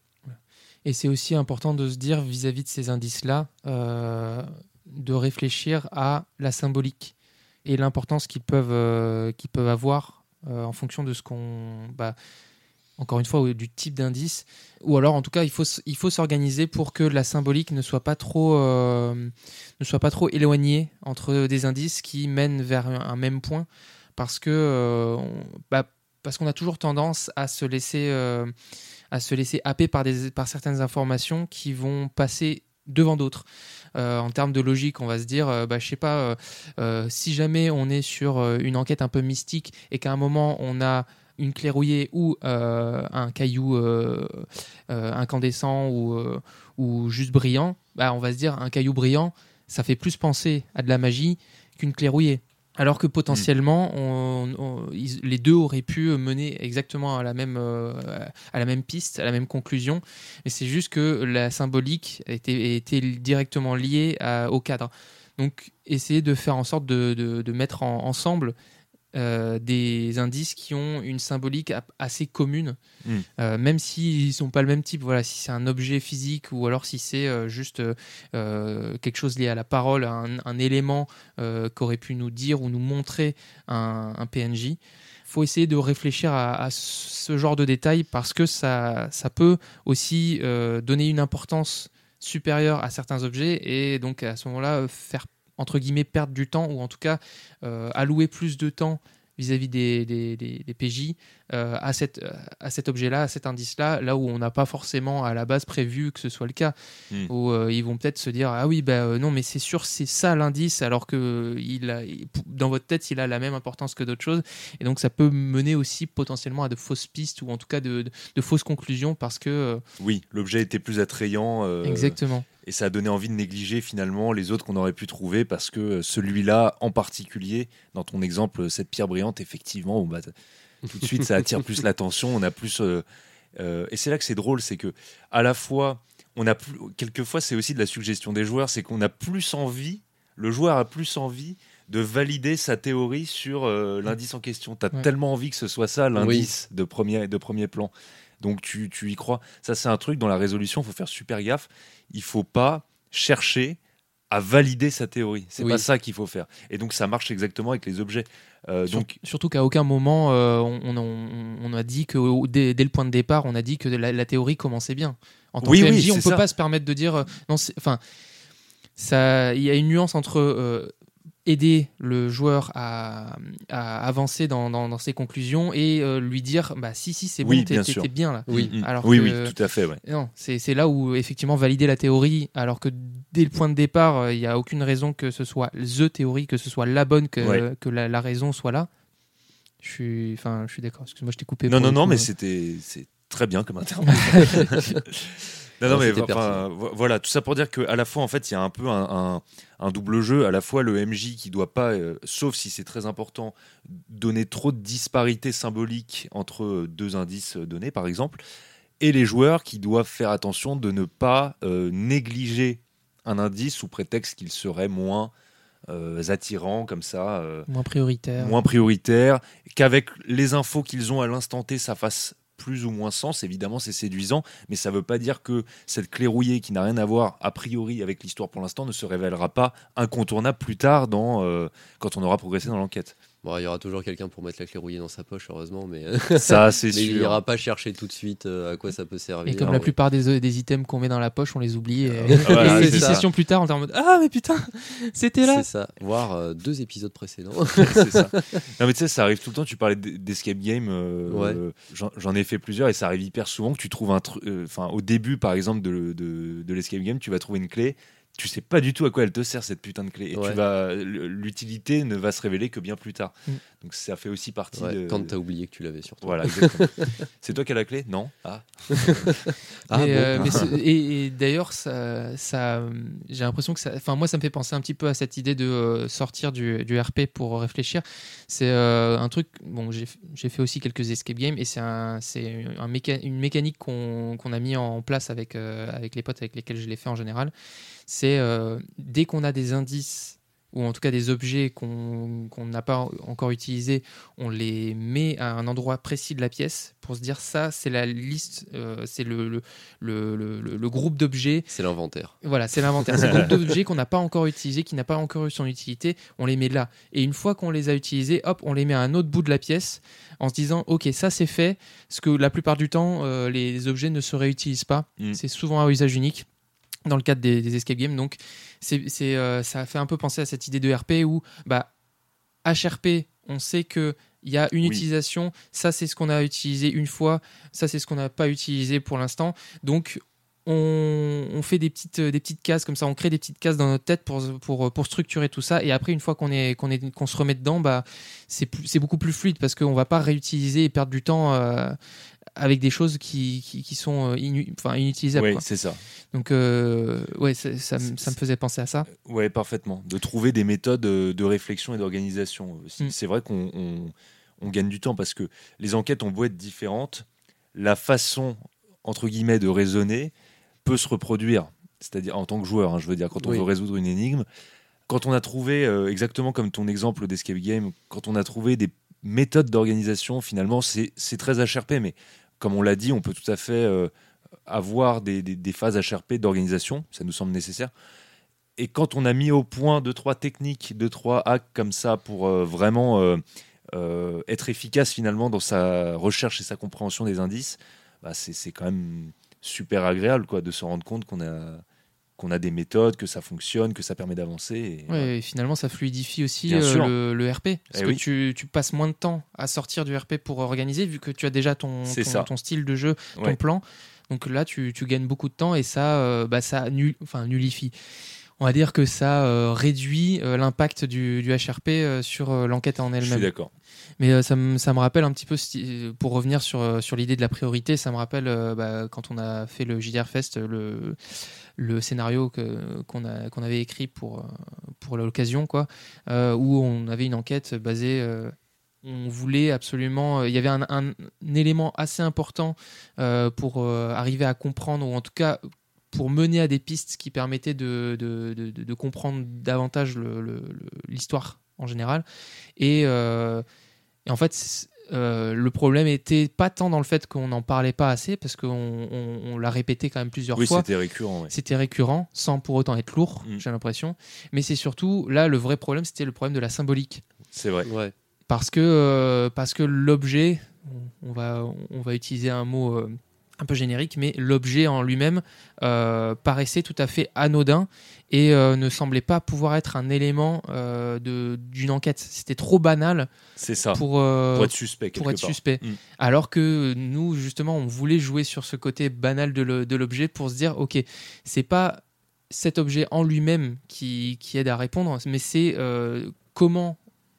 Et c'est aussi important de se dire vis-à-vis de ces indices-là. Euh... de réfléchir à la symbolique et l'importance qu'ils peuvent, euh, qu'ils peuvent avoir euh, en fonction de ce qu'on... Bah, encore une fois, du type d'indice. Ou alors, en tout cas, il faut, il faut s'organiser pour que la symbolique ne soit pas trop, euh, ne soit pas trop éloignée entre des indices qui mènent vers un, un même point. Parce que, euh, on, bah, parce qu'on a toujours tendance à se laisser, euh, à se laisser happer par, des, par certaines informations qui vont passer devant d'autres. Euh, en termes de logique, on va se dire, euh, bah, je sais pas, euh, euh, si jamais on est sur euh, une enquête un peu mystique et qu'à un moment on a une clé rouillée ou euh, un caillou euh, euh, incandescent ou, euh, ou juste brillant, bah, on va se dire un caillou brillant, ça fait plus penser à de la magie qu'une clé rouillée. Alors que potentiellement, on, on, ils, les deux auraient pu mener exactement à la même, euh, à la même piste, à la même conclusion. Mais c'est juste que la symbolique était, était directement liée à, au cadre. Donc, essayer de faire en sorte de, de, de mettre en, ensemble euh, des indices qui ont une symbolique assez commune, mmh. euh, même s'ils ne sont pas le même type. Voilà, si c'est un objet physique ou alors si c'est euh, juste euh, quelque chose lié à la parole, un, un élément euh, qu'aurait pu nous dire ou nous montrer un, un P N J. Il faut essayer de réfléchir à, à ce genre de détails parce que ça, ça peut aussi euh, donner une importance supérieure à certains objets et donc à ce moment-là faire entre guillemets perdre du temps ou en tout cas euh, allouer plus de temps vis-à-vis des, des, des, des P J euh, à, cette, à cet objet-là, à cet indice-là, là où on n'a pas forcément à la base prévu que ce soit le cas. Mmh. Où euh, ils vont peut-être se dire « Ah oui, bah, euh, non, mais c'est sûr, c'est ça l'indice », alors que il a, dans votre tête, il a la même importance que d'autres choses. Et donc, ça peut mener aussi potentiellement à de fausses pistes ou en tout cas de, de, de fausses conclusions parce que... Euh... Oui, l'objet était plus attrayant. Euh... Exactement. Et ça a donné envie de négliger finalement les autres qu'on aurait pu trouver parce que celui-là en particulier, dans ton exemple, cette pierre brillante, effectivement, bah, tout de suite ça attire plus l'attention. On a plus, euh, euh, et c'est là que c'est drôle, c'est que à la fois, on a plus, quelquefois c'est aussi de la suggestion des joueurs, c'est qu'on a plus envie, le joueur a plus envie de valider sa théorie sur euh, l'indice en question. T'as ouais. tellement envie que ce soit ça l'indice oui. de premier de premier plan. Donc tu, tu y crois. Ça, c'est un truc dans la résolution, il faut faire super gaffe. Il ne faut pas chercher à valider sa théorie. C'est oui. pas ça qu'il faut faire. Et donc ça marche exactement avec les objets. Euh, Sur, donc... Surtout qu'à aucun moment, euh, on, on, on a dit que dès, dès le point de départ, on a dit que la, la théorie commençait bien. En tant oui, que M J, oui, on ne peut ça. pas se permettre de dire... Non, enfin, il y a une nuance entre... Euh, aider le joueur à, à avancer dans, dans, dans ses conclusions et euh, lui dire bah si si c'est oui, bon, t'es, t'es, t'es bien là. Oui, alors oui, que, oui, tout à fait. Ouais. Non, c'est, c'est là où effectivement valider la théorie, alors que dès le point de départ, il euh, n'y a aucune raison que ce soit the théorie, que ce soit la bonne, que, ouais. que la, la raison soit là. Je suis, enfin, je suis d'accord. Excuse-moi, je t'ai coupé. Non, non, non, coup, mais euh... c'était, c'est très bien comme intervention. Non, non, Ouais, mais c'était enfin, vo- voilà, tout ça pour dire qu'à la fois, en fait, il y a un peu un, un- un double jeu. À la fois, le M J qui doit pas, euh, sauf si c'est très important, donner trop de disparités symboliques entre euh, deux indices euh, donnés, par exemple, et les joueurs qui doivent faire attention de ne pas euh, négliger un indice sous prétexte qu'il serait moins euh, attirant, comme ça. euh, Moins prioritaire. moins prioritaire, qu'avec les infos qu'ils ont à l'instant T, ça fasse plus ou moins sens. Évidemment, c'est séduisant, mais ça ne veut pas dire que cette clé rouillée qui n'a rien à voir a priori avec l'histoire pour l'instant ne se révélera pas incontournable plus tard dans, euh, quand on aura progressé dans l'enquête. Bon, il y aura toujours quelqu'un pour mettre la clé rouillée dans sa poche, heureusement, mais, Ça, c'est mais il sûr. n'ira pas chercher tout de suite euh, à quoi ça peut servir. Et comme Ouais. la plupart des, des items qu'on met dans la poche, on les oublie. Et, Voilà, et c'est dix ça. sessions plus tard, on est en mode ah mais putain, c'était là. C'est ça, voire euh, deux épisodes précédents. C'est ça. Non, mais tu sais, ça arrive tout le temps. Tu parlais d- d'escape game. euh, Ouais. euh, j'en, j'en ai fait plusieurs et ça arrive hyper souvent que tu trouves un truc. Enfin, au début, par exemple, de, de, de l'escape game, tu vas trouver une clé. Tu sais pas du tout à quoi elle te sert cette putain de clé. Et Ouais. tu vas, l'utilité ne va se révéler que bien plus tard. Mm. Donc ça fait aussi partie Ouais, de. Quand t'as oublié que tu l'avais sur toi. Voilà, exactement. C'est toi qui as la clé? Non. Ah. Ah mais, bon euh, mais c'est- et, et d'ailleurs, ça, ça, j'ai l'impression que ça, enfin moi, ça me fait penser un petit peu à cette idée de euh, sortir du, du R P pour réfléchir. C'est euh, un truc. Bon, j'ai, j'ai fait aussi quelques escape games et c'est un, c'est un méca- une mécanique qu'on, qu'on a mis en place avec euh, avec les potes avec lesquels je l'ai fait en général. C'est euh, dès qu'on a des indices ou en tout cas des objets qu'on qu'on n'a pas encore utilisés, on les met à un endroit précis de la pièce pour se dire ça, c'est la liste, euh, c'est le, le, le, le, le groupe d'objets. C'est l'inventaire. Voilà, c'est l'inventaire. C'est le groupe d'objets qu'on n'a pas encore utilisé, qui n'a pas encore eu son utilité, on les met là. Et une fois qu'on les a utilisés, hop, on les met à un autre bout de la pièce en se disant, ok, ça c'est fait, parce que la plupart du temps, euh, les objets ne se réutilisent pas. Mm. C'est souvent à usage unique dans le cadre des, des escape games. Donc, c'est, c'est, euh, ça a fait un peu penser à cette idée de R P où, bah, H R P, on sait qu'il y a une Oui. utilisation, ça c'est ce qu'on a utilisé une fois, ça c'est ce qu'on n'a pas utilisé pour l'instant. Donc, on, on fait des petites, des petites cases comme ça, on crée des petites cases dans notre tête pour, pour, pour structurer tout ça. Et après, une fois qu'on, est, qu'on, est, qu'on se remet dedans, bah, c'est, plus, c'est beaucoup plus fluide parce qu'on ne va pas réutiliser et perdre du temps euh, avec des choses qui, qui, qui sont inu, enfin, inutilisables. Oui, Quoi. c'est ça. Donc, euh, ouais, ça, ça, me- ça me faisait penser à ça. Ouais, parfaitement. De trouver des méthodes euh, de réflexion et d'organisation. C'est Mm. c'est vrai qu'on on, on gagne du temps parce que les enquêtes ont beau être différentes, la façon, entre guillemets, de raisonner peut se reproduire. C'est-à-dire, en tant que joueur, hein, je veux dire, quand on Oui. veut résoudre une énigme, quand on a trouvé, euh, exactement comme ton exemple d'escape game, quand on a trouvé des méthodes d'organisation, finalement, c'est c'est très H R P, mais comme on l'a dit, on peut tout à fait euh, avoir des, des, des phases H R P d'organisation, ça nous semble nécessaire. Et quand on a mis au point deux, trois techniques, deux, trois hacks comme ça pour euh, vraiment euh, euh, être efficace finalement dans sa recherche et sa compréhension des indices, bah c'est, c'est quand même super agréable quoi, de se rendre compte qu'on a, qu'on a des méthodes, que ça fonctionne, que ça permet d'avancer. Et, Ouais, et finalement, ça fluidifie aussi Bien euh, sûr. le, le R P. Parce Eh que oui. tu, tu passes moins de temps à sortir du R P pour organiser, vu que tu as déjà ton, C'est ton, ça. ton style de jeu, ton Ouais. plan. Donc là, tu, tu gagnes beaucoup de temps et ça, euh, bah, ça nul, enfin, nullifie. On va dire que ça euh, réduit euh, l'impact du, du H R P euh, sur euh, l'enquête en Je suis elle-même. d'accord. Mais euh, ça, me, ça me rappelle un petit peu, sti- pour revenir sur, euh, sur l'idée de la priorité, ça me rappelle euh, bah, quand on a fait le J D R Fest, le, le scénario que, qu'on, a, qu'on avait écrit pour, euh, pour l'occasion, quoi, euh, où on avait une enquête basée... euh, on voulait absolument... Il y avait un, un, un élément assez important euh, pour euh, arriver à comprendre, ou en tout cas pour mener à des pistes qui permettaient de, de, de, de comprendre davantage le, le, le, l'histoire en général. Et... Euh, Et en fait, euh, le problème était pas tant dans le fait qu'on n'en parlait pas assez, parce qu'on on, on l'a répété quand même plusieurs Oui, fois. c'était récurrent. Ouais. C'était récurrent, sans pour autant être lourd, Mm. j'ai l'impression. Mais c'est surtout, là, le vrai problème, c'était le problème de la symbolique. C'est vrai. Ouais. Parce que, euh, parce que l'objet, on va, on va utiliser un mot euh, un peu générique, mais l'objet en lui-même euh, paraissait tout à fait anodin et euh, ne semblait pas pouvoir être un élément euh, de, d'une enquête. C'était trop banal C'est ça. Pour, pour, euh, être suspect. pour quelque être part. suspect. Mm. Alors que nous, justement, on voulait jouer sur ce côté banal de, le- de l'objet pour se dire, ok, c'est pas cet objet en lui-même qui, qui aide à répondre, mais c'est euh, comment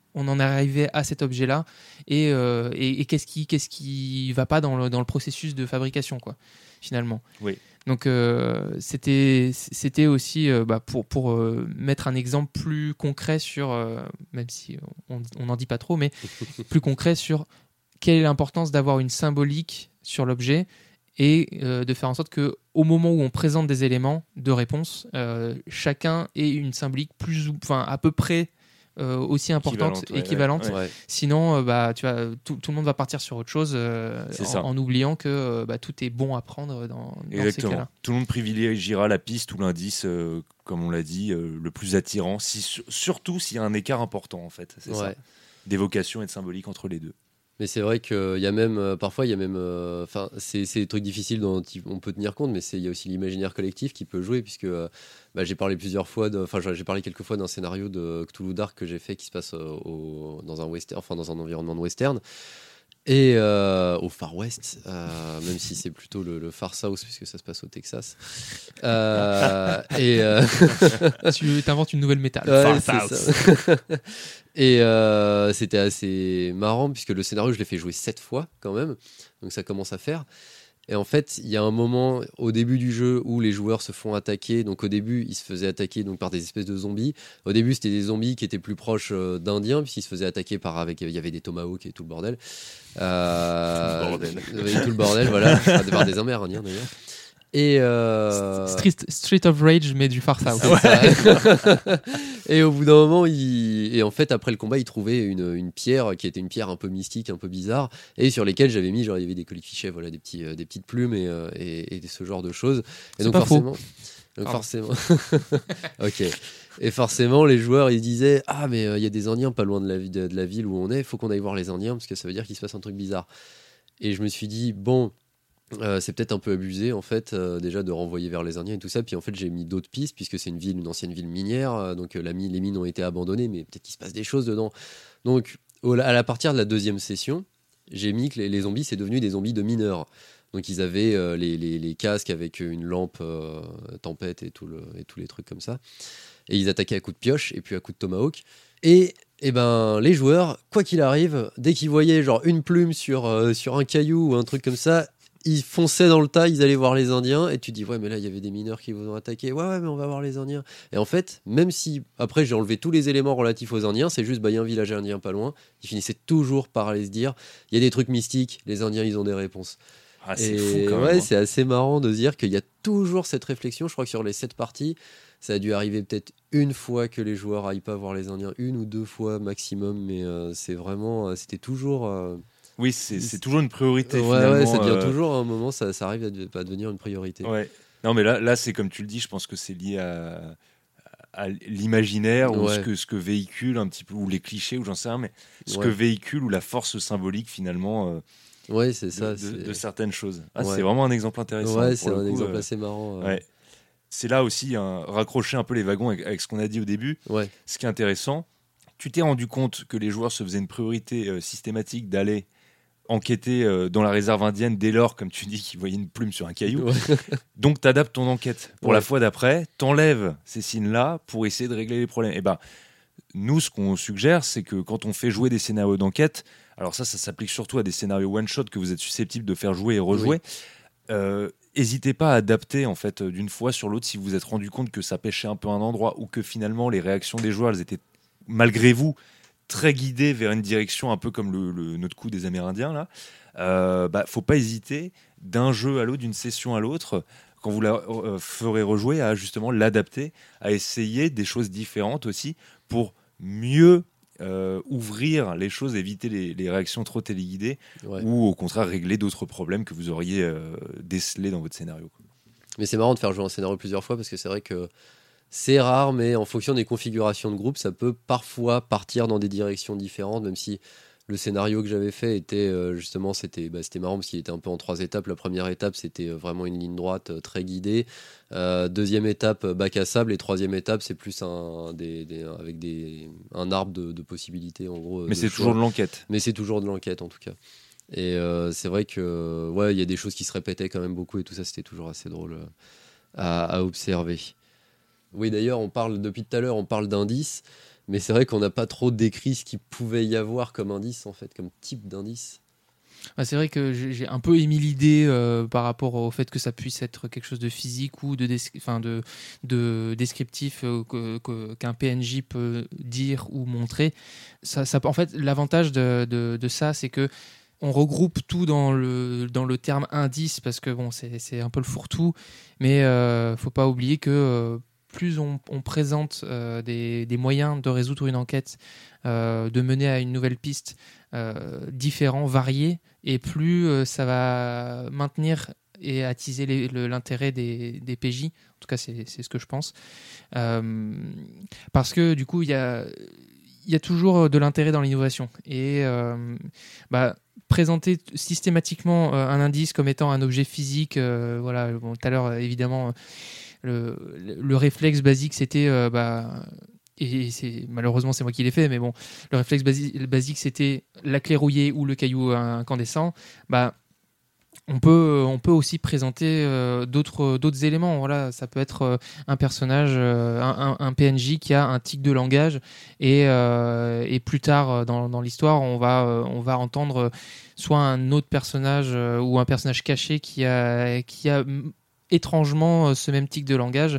on en est arrivé à cet objet-là et, euh, et, et qu'est-ce qui qu'est-ce qui va pas dans le, dans le processus de fabrication, quoi, finalement. Oui. Donc euh, c'était c'était aussi euh, bah, pour pour euh, mettre un exemple plus concret sur euh, même si on on n'en dit pas trop, mais plus concret sur quelle est l'importance d'avoir une symbolique sur l'objet et euh, de faire en sorte que au moment où on présente des éléments de réponse, euh, chacun ait une symbolique plus ou enfin à peu près Euh, aussi importante, Équivalente, ouais, équivalente. ouais, Ouais. Sinon, euh, bah, tu vois, tout, tout le monde va partir sur autre chose euh, C'est en, ça. en oubliant que euh, bah, tout est bon à prendre dans, dans ces Exactement. cas-là. Tout le monde privilégiera la piste ou l'indice, euh, comme on l'a dit, euh, le plus attirant, si, surtout s'il y a un écart important, en fait. C'est Ouais. ça. D'évocation et de symbolique entre les deux. Mais c'est vrai qu'il y a même, euh, parfois, il y a même, enfin, c'est, c'est des trucs difficiles dont on peut tenir compte, mais il y a aussi l'imaginaire collectif qui peut jouer, puisque euh, bah, j'ai parlé plusieurs fois, enfin, j'ai parlé quelques fois d'un scénario de Cthulhu Dark que j'ai fait qui se passe euh, au, dans un western, enfin, dans un environnement de western. Et euh, au Far West, euh, même si c'est plutôt le, le Far South, puisque ça se passe au Texas. Euh, et euh... tu inventes une nouvelle métal. Ouais, Far c'est South. ça. Et euh, c'était assez marrant, puisque le scénario, je l'ai fait jouer sept fois quand même. Donc ça commence à faire. Et en fait, il y a un moment au début du jeu où les joueurs se font attaquer. Donc au début, ils se faisaient attaquer donc, par des espèces de zombies. Au début, c'était des zombies qui étaient plus proches euh, d'Indiens, puisqu'ils se faisaient attaquer par... avec, il y avait des tomahawks et tout le bordel. Euh, Tout le bordel. euh, tout le bordel, voilà. Enfin, par des Amérindiens d'ailleurs. Et euh... Street, Street of Rage, mais du Far South. C'est ça. Et au bout d'un moment, il... et en fait, après le combat, il trouvait une, une pierre qui était une pierre un peu mystique, un peu bizarre, et sur lesquelles j'avais mis, genre, il y avait des colifichets, voilà, des, petits, euh, des petites plumes et, euh, et, et ce genre de choses. Et C'est donc, pas forcément. faux. Donc Pardon. forcément, ok. Et forcément, les joueurs ils disaient ah mais il euh, y a des Indiens pas loin de la, de, de la ville où on est, il faut qu'on aille voir les Indiens parce que ça veut dire qu'il se passe un truc bizarre. Et je me suis dit bon. Euh, c'est peut-être un peu abusé en fait euh, déjà de renvoyer vers les Indiens et tout ça, puis en fait j'ai mis d'autres pistes puisque c'est une ville, une ancienne ville minière, euh, donc euh, la mine, les mines ont été abandonnées, mais peut-être qu'il se passe des choses dedans. Donc au, à la partir de la deuxième session, j'ai mis que les, les zombies c'est devenu des zombies de mineurs. Donc ils avaient euh, les, les, les casques avec une lampe euh, tempête et, tout le, et tous les trucs comme ça, et ils attaquaient à coups de pioche et puis à coups de tomahawk. Et et ben les joueurs, quoi qu'il arrive, dès qu'ils voyaient genre une plume sur, euh, sur un caillou ou un truc comme ça, ils fonçaient dans le tas, ils allaient voir les Indiens, et tu dis ouais mais là il y avait des mineurs qui vous ont attaqué, ouais ouais mais on va voir les Indiens. Et en fait, même si après j'ai enlevé tous les éléments relatifs aux Indiens, c'est juste bah il y a un village indien pas loin, ils finissaient toujours par aller se dire il y a des trucs mystiques, les Indiens ils ont des réponses. Ah, c'est et fou quand même. ouais, hein. c'est assez marrant de se dire qu'il y a toujours cette réflexion. Je crois que sur les sept parties, ça a dû arriver peut-être une fois que les joueurs aillent pas voir les Indiens, une ou deux fois maximum, mais euh, c'est vraiment, c'était toujours. Euh, Oui, c'est, c'est toujours une priorité. ouais, finalement, ouais, ça devient euh, toujours à un moment, ça, ça arrive à, de- à devenir une priorité. Ouais. Non, mais là, là, c'est comme tu le dis, je pense que c'est lié à, à l'imaginaire ou Ouais. ce que, ce que véhicule un petit peu, ou les clichés, ou j'en sais rien, mais ce Ouais. que véhicule ou la force symbolique finalement euh, Ouais, c'est de, ça. de- c'est... de certaines choses. Ah, Ouais. c'est vraiment un exemple intéressant. Ouais, pour c'est le un coup, exemple euh, assez marrant. euh. ouais. C'est là aussi hein, raccrocher un peu les wagons avec, avec ce qu'on a dit au début. Ouais. Ce qui est intéressant, tu t'es rendu compte que les joueurs se faisaient une priorité euh, systématique d'aller enquêter euh, dans la réserve indienne dès lors, comme tu dis, qu'ils voyaient une plume sur un caillou. Ouais. Donc, tu adaptes ton enquête. Pour Ouais. la fois d'après, t'enlèves ces signes-là pour essayer de régler les problèmes. Et ben, nous, ce qu'on suggère, c'est que quand on fait jouer des scénarios d'enquête, alors ça, ça s'applique surtout à des scénarios one-shot que vous êtes susceptible de faire jouer et rejouer. Euh, N'hésitez pas à adapter en fait d'une fois sur l'autre si vous vous êtes rendu compte que ça pêchait un peu un endroit ou que finalement les réactions des joueurs elles étaient malgré vous très guidées vers une direction un peu comme le, le, notre coup des Amérindiens là. Euh, bah, faut pas hésiter d'un jeu à l'autre, d'une session à l'autre quand vous la euh, ferez rejouer à justement l'adapter, à essayer des choses différentes aussi pour mieux Euh, ouvrir les choses, éviter les, les réactions trop téléguidées Ouais. ou au contraire régler d'autres problèmes que vous auriez euh, décelés dans votre scénario. quoi. Mais c'est marrant de faire jouer un scénario plusieurs fois parce que c'est vrai que c'est rare, mais en fonction des configurations de groupe, ça peut parfois partir dans des directions différentes, même si le scénario que j'avais fait était euh, justement, c'était, bah, c'était marrant parce qu'il était un peu en trois étapes. La première étape, c'était euh, vraiment une ligne droite euh, très guidée. Euh, deuxième étape, euh, bac à sable. Et troisième étape, c'est plus un, des, des- avec des, un arbre de, de possibilités, en gros. euh, Mais de c'est choix. toujours de l'enquête. Mais c'est toujours de l'enquête, en tout cas. Et euh, c'est vrai que ouais, il y a des choses qui se répétaient quand même beaucoup et tout ça, c'était toujours assez drôle euh, à, à observer. Oui, d'ailleurs, on parle depuis tout à l'heure, on parle d'indices, Mais c'est vrai qu'on n'a pas trop décrit ce qu'il pouvait y avoir comme indice, en fait, comme type d'indice. Ah, c'est vrai que j'ai j'ai un peu émis l'idée euh, par rapport au fait que ça puisse être quelque chose de physique ou de, des- enfin de, de descriptif euh, que- que- qu'un P N J peut dire ou montrer. Ça, ça, en fait, l'avantage de, de, de ça, c'est que on regroupe tout dans le, dans le terme indice parce que bon, c'est c'est un peu le fourre-tout, mais euh, faut pas oublier que euh, plus on, on présente euh, des, des moyens de résoudre une enquête, euh, de mener à une nouvelle piste euh, différents, variés, et plus euh, ça va maintenir et attiser les- le- l'intérêt des, des P J. En tout cas, c'est c'est ce que je pense. Euh, parce que du coup, il y a, il y a toujours de l'intérêt dans l'innovation. Et euh, bah, présenter t- systématiquement euh, un indice comme étant un objet physique, euh, voilà, bon, tout à l'heure, euh, évidemment, le, le- le réflexe basique, c'était... euh, bah, et c'est, malheureusement, c'est moi qui l'ai fait, mais bon, le réflexe basi- basique, c'était la clé rouillée ou le caillou incandescent. Bah, on peut, on peut aussi présenter euh, d'autres, d'autres éléments. Voilà, ça peut être euh, un personnage, euh, un, un- un P N J qui a un tic de langage, et, euh, et plus tard euh, dans, dans l'histoire, on va, euh, on va entendre euh, soit un autre personnage euh, ou un personnage caché qui a, qui a mm, étrangement euh, ce même tic de langage.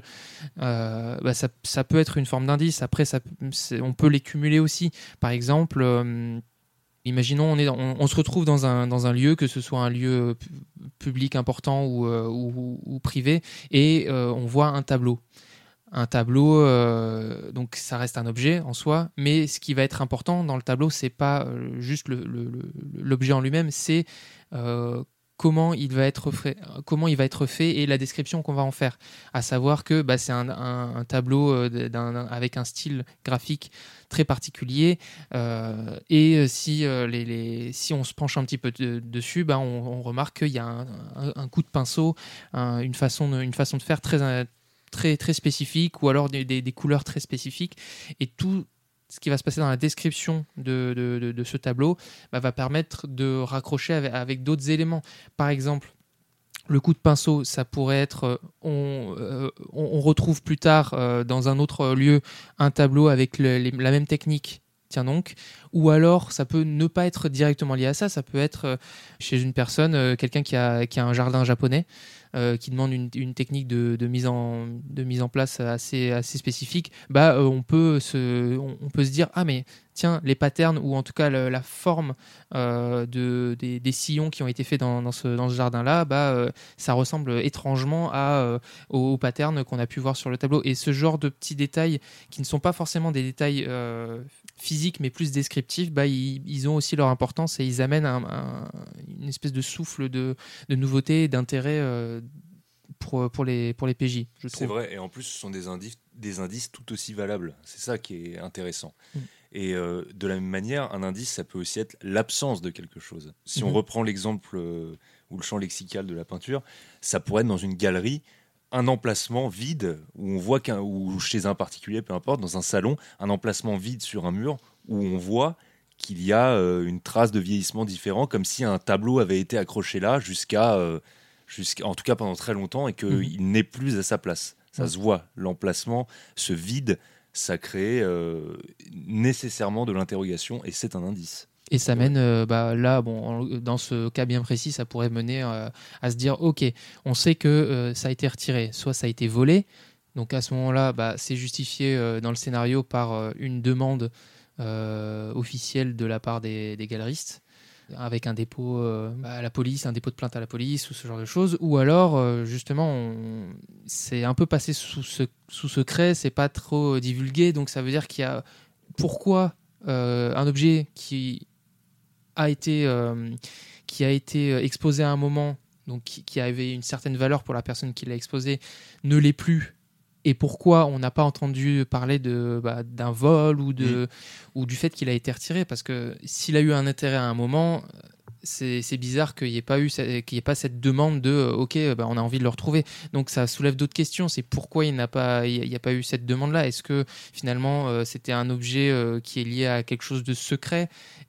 Euh, bah, ça, ça peut être une forme d'indice. Après, ça, c'est- on peut les cumuler aussi. Par exemple, euh, imaginons on, est dans- on, on se retrouve dans un, dans un lieu, que ce soit un lieu pu- public important ou, euh, ou, ou privé, et euh, on voit un tableau. Un tableau, euh, donc ça reste un objet en soi, mais ce qui va être important dans le tableau, c'est pas euh, juste le- le- le- l'objet en lui-même, c'est euh, comment il va être fait, comment il va être fait et la description qu'on va en faire. À savoir que bah, c'est un, un- un tableau euh, d'un- d'un- avec un style graphique très particulier, euh, et si, euh, les, les- si on se penche un petit peu de- dessus, bah, on, on remarque qu'il y a un, un- un coup de pinceau, un- une, façon de, une façon de faire très très, très spécifiques, ou alors des, des- des couleurs très spécifiques. Et tout ce qui va se passer dans la description de, de- de- de ce tableau bah, va permettre de raccrocher avec, avec d'autres éléments. Par exemple, le coup de pinceau, ça pourrait être, euh, on, euh, on, on retrouve plus tard euh, dans un autre lieu un tableau avec le- les- la même technique. Tiens donc, ou alors ça peut ne pas être directement lié à ça, ça peut être euh, chez une personne, euh, quelqu'un qui a, qui a un jardin japonais, euh, qui demande une, une technique de, de, mise en, de mise en place assez, assez spécifique. Bah, euh, on, peut se, on, on peut se dire, ah mais tiens, les patterns, ou en tout cas le- la forme euh, de, des, des sillons qui ont été faits dans, dans ce, dans ce jardin-là, bah, euh, ça ressemble étrangement à, euh, aux, aux patterns qu'on a pu voir sur le tableau. Et ce genre de petits détails qui ne sont pas forcément des détails euh, physiques mais plus descriptifs, bah, ils, ils ont aussi leur importance, et ils amènent un, un, une espèce de souffle de, de nouveauté et d'intérêt euh, pour, pour, les, pour les P J, je trouve. C'est vrai, et en plus, ce sont des indices, des indices tout aussi valables. C'est ça qui est intéressant. Mm. Et euh, de la même manière, un indice, ça peut aussi être l'absence de quelque chose. Si mm-hmm. on reprend l'exemple euh, ou le champ lexical de la peinture, ça pourrait être dans une galerie, un emplacement vide, où on voit qu'un, ou chez un particulier, peu importe, dans un salon, un emplacement vide sur un mur, où on voit qu'il y a euh, une trace de vieillissement différent, comme si un tableau avait été accroché là jusqu'à... Euh, Jusqu'à, en tout cas pendant très longtemps, et qu'il mmh. n'est plus à sa place. Ça ouais. se voit, l'emplacement, ce vide, ça crée euh, nécessairement de l'interrogation, et c'est un indice. Et ça mène, euh, bah, là, bon, dans ce cas bien précis, ça pourrait mener euh, à se dire, ok, on sait que euh, ça a été retiré, soit ça a été volé, donc à ce moment-là, bah, c'est justifié euh, dans le scénario par euh, une demande euh, officielle de la part des, des galeristes, avec un dépôt euh, à la police, un dépôt de plainte à la police, ou ce genre de choses, ou alors euh, justement on... c'est un peu passé sous, ce... sous secret, c'est pas trop divulgué, donc ça veut dire qu'il y a pourquoi euh, un objet qui a été euh, qui a été exposé à un moment, donc qui, qui avait une certaine valeur pour la personne qui l'a exposé, ne l'est plus. Et pourquoi on n'a pas entendu parler de, bah, d'un vol ou, de, mmh. ou du fait qu'il a été retiré? Parce que s'il a eu un intérêt à un moment, c'est, c'est bizarre qu'il n'y ait pas eu, qu'il y ait pas cette demande de « ok, bah, on a envie de le retrouver ». Donc ça soulève d'autres questions. C'est pourquoi il n'y a pas eu cette demande-là? Est-ce que finalement euh, c'était un objet euh, qui est lié à quelque chose de secret,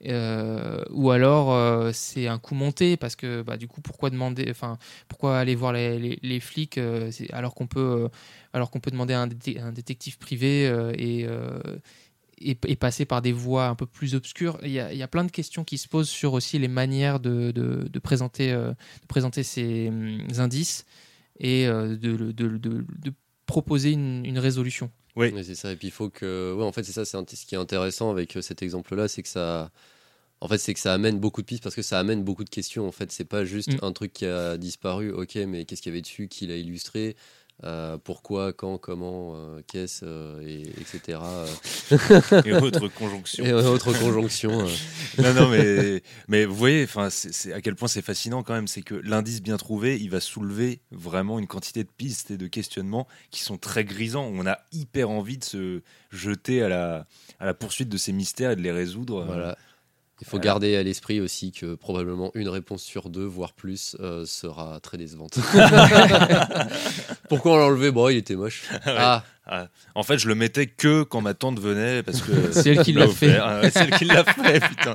euh, ou alors euh, c'est un coup monté? Parce que bah, du coup, pourquoi demander, enfin, pourquoi aller voir les, les, les flics euh, alors qu'on peut... Euh, alors qu'on peut demander à un, dé- un détective privé euh, et, euh, et, et passer par des voies un peu plus obscures. Il y a, il y a plein de questions qui se posent sur aussi les manières de, de, de, présenter, euh, de présenter ces hum, indices et euh, de, de, de, de, de proposer une, une résolution. Oui, ouais, c'est ça. Et puis il faut que, ouais, en fait, c'est ça. C'est un... ce qui est intéressant avec cet exemple-là, c'est que ça, en fait, c'est que ça amène beaucoup de pistes parce que ça amène beaucoup de questions. En fait, c'est pas juste mm. un truc qui a disparu. Ok, mais qu'est-ce qu'il y avait dessus, qui l'a illustré, euh, pourquoi, quand, comment, euh, qu'est-ce, euh, et, etc. Et autres conjonctions. Et autres conjonctions. euh. Non, non, mais, mais vous voyez, enfin, c'est, c'est à quel point c'est fascinant quand même, c'est que l'indice bien trouvé, il va soulever vraiment une quantité de pistes et de questionnements qui sont très grisants. On a hyper envie de se jeter à la, à la poursuite de ces mystères et de les résoudre. Voilà. Il faut garder à l'esprit aussi que probablement une réponse sur deux, voire plus, euh, sera très décevante. Pourquoi on l'a enlevé ? Bon, il était moche. Ouais. Ah. Ah. En fait, je le mettais que quand ma tante venait parce que c'est elle qui l'a fait. Ah, ouais, c'est elle qui l'a fait, putain.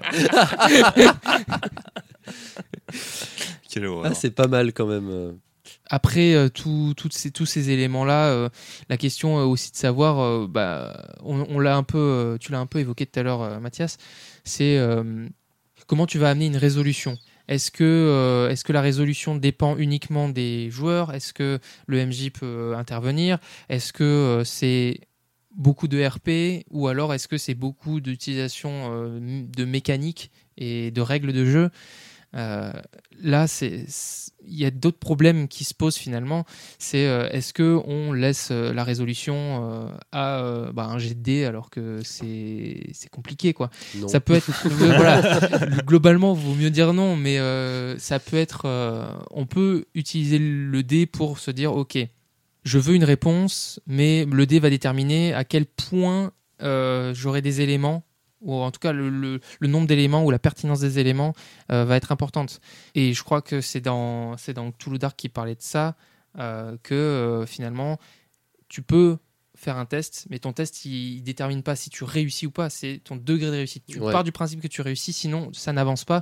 Quelle horreur. Ah, c'est pas mal quand même. Après euh, tout, tout ces, tous ces éléments-là, euh, la question euh, aussi de savoir, euh, bah, on, on l'a un peu, euh, tu l'as un peu évoqué tout à l'heure, euh, Mathias, c'est euh, comment tu vas amener une résolution. Est-ce que, euh, est-ce que la résolution dépend uniquement des joueurs ? Est-ce que le M J peut intervenir ? Est-ce que euh, c'est beaucoup de R P ? Ou alors est-ce que c'est beaucoup d'utilisation euh, de mécanique et de règles de jeu ? Euh, là, c'est, il y a d'autres problèmes qui se posent finalement. C'est euh, est-ce que on laisse euh, la résolution euh, à euh, bah, un jet de dés alors que c'est c'est compliqué quoi. Non. Ça peut être euh, voilà. Globalement, vaut mieux dire non, mais euh, ça peut être. Euh, on peut utiliser le dé pour se dire ok, je veux une réponse, mais le dé va déterminer à quel point euh, j'aurai des éléments. Ou en tout cas le, le, le nombre d'éléments ou la pertinence des éléments euh, va être importante. Et je crois que c'est dans, c'est dans Cthulhu Dark qui parlait de ça, euh, que euh, finalement, tu peux faire un test, mais ton test, il ne détermine pas si tu réussis ou pas, c'est ton degré de réussite. Tu ouais. pars du principe que tu réussis, sinon ça n'avance pas.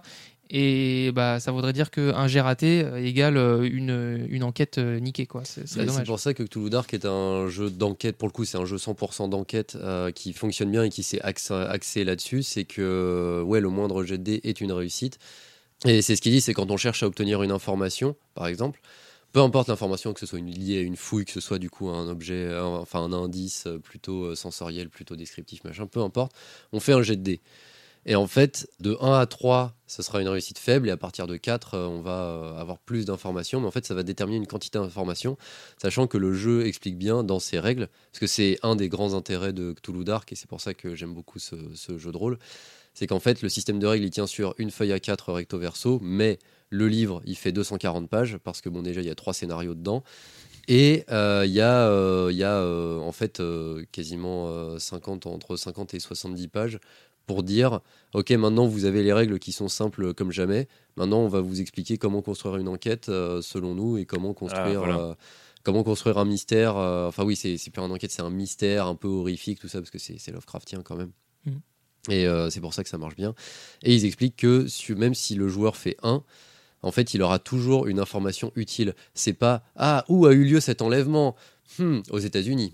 Et bah, ça voudrait dire qu'un jet raté égale une, une enquête niquée. Quoi. C'est, c'est, ouais, dommage. C'est pour ça que Cthulhu Dark est un jeu d'enquête. Pour le coup, c'est un jeu cent pour cent d'enquête euh, qui fonctionne bien et qui s'est axé, axé là-dessus. C'est que ouais, le moindre jet de dés est une réussite. Et c'est ce qu'il dit, c'est quand on cherche à obtenir une information, par exemple, peu importe l'information, que ce soit une, liée à une fouille, que ce soit du coup un objet, un, enfin un indice plutôt sensoriel, plutôt descriptif, machin, peu importe, on fait un jet de dés. Et en fait, de un à trois, ce sera une réussite faible, et à partir de quatre, on va avoir plus d'informations. Mais en fait, ça va déterminer une quantité d'informations, sachant que le jeu explique bien dans ses règles, parce que c'est un des grands intérêts de Cthulhu Dark, et c'est pour ça que j'aime beaucoup ce, ce jeu de rôle, c'est qu'en fait, le système de règles, il tient sur une feuille A quatre recto verso, mais le livre, il fait deux cent quarante pages, parce que bon, déjà, il y a trois scénarios dedans. Et il euh, y a, euh, y a euh, en fait euh, quasiment euh, cinquante, entre cinquante et soixante-dix pages pour dire ok, maintenant vous avez les règles qui sont simples comme jamais, maintenant on va vous expliquer comment construire une enquête euh, selon nous et comment construire, ah, voilà. euh, comment construire un mystère, euh, enfin oui, c'est, c'est plus une enquête, c'est un mystère un peu horrifique, tout ça, parce que c'est, c'est Lovecraftien quand même. Mmh. Et euh, c'est pour ça que ça marche bien. Et ils expliquent que même si le joueur fait un, en fait, il aura toujours une information utile. C'est pas « Ah, où a eu lieu cet enlèvement ?» Hmm, aux États-Unis.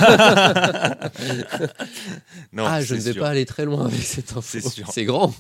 Non, ah, je ne vais sûr. pas aller très loin avec cette info. C'est sûr. C'est grand.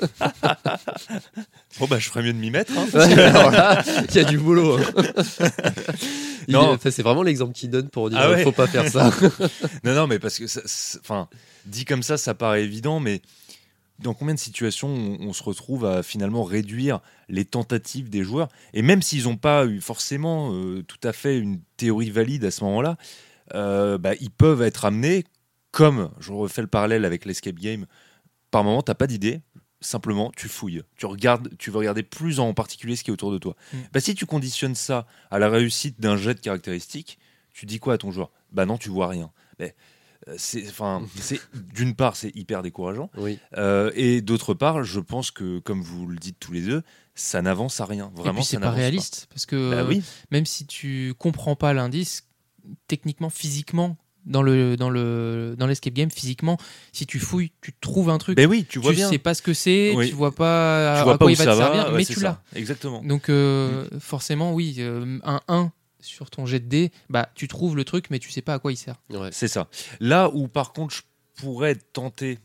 Bon, bah, je ferais mieux de m'y mettre. Hein, ouais, alors là, il y a du boulot. il, non. Enfin, c'est vraiment l'exemple qu'il donne pour dire ah ouais. Faut pas faire ça. non, non, mais parce que, enfin, dit comme ça, ça paraît évident, mais dans combien de situations on, on se retrouve à finalement réduire les tentatives des joueurs, et même s'ils n'ont pas eu forcément euh, tout à fait une théorie valide à ce moment-là, euh, bah, ils peuvent être amenés, comme je refais le parallèle avec l'escape game, par moment tu n'as pas d'idée, simplement tu fouilles, tu regardes, tu veux regarder plus en particulier ce qui est autour de toi. Mmh. Bah, si tu conditionnes ça à la réussite d'un jet de caractéristiques, tu dis quoi à ton joueur ? Bah non, tu vois rien. Mais, c'est, enfin, c'est, d'une part, c'est hyper décourageant. Oui. Euh, et d'autre part, je pense que, comme vous le dites tous les deux, ça n'avance à rien. Vraiment, et puis, c'est ça pas réaliste. Pas. Parce que bah, oui. même si tu comprends pas l'indice, techniquement, physiquement, dans, le, dans, le, dans l'escape game, physiquement, si tu fouilles, tu trouves un truc. Ben oui, tu vois tu bien. sais pas ce que c'est, oui. tu vois pas tu à, vois à pas quoi où il va ça te va, servir, ouais, mais c'est tu ça. l'as. Exactement. Donc, euh, mmh. forcément, oui, euh, un un sur ton jet de dés, bah, tu trouves le truc, mais tu sais pas à quoi il sert. Ouais. C'est ça. Là où, par contre, je pourrais être tenté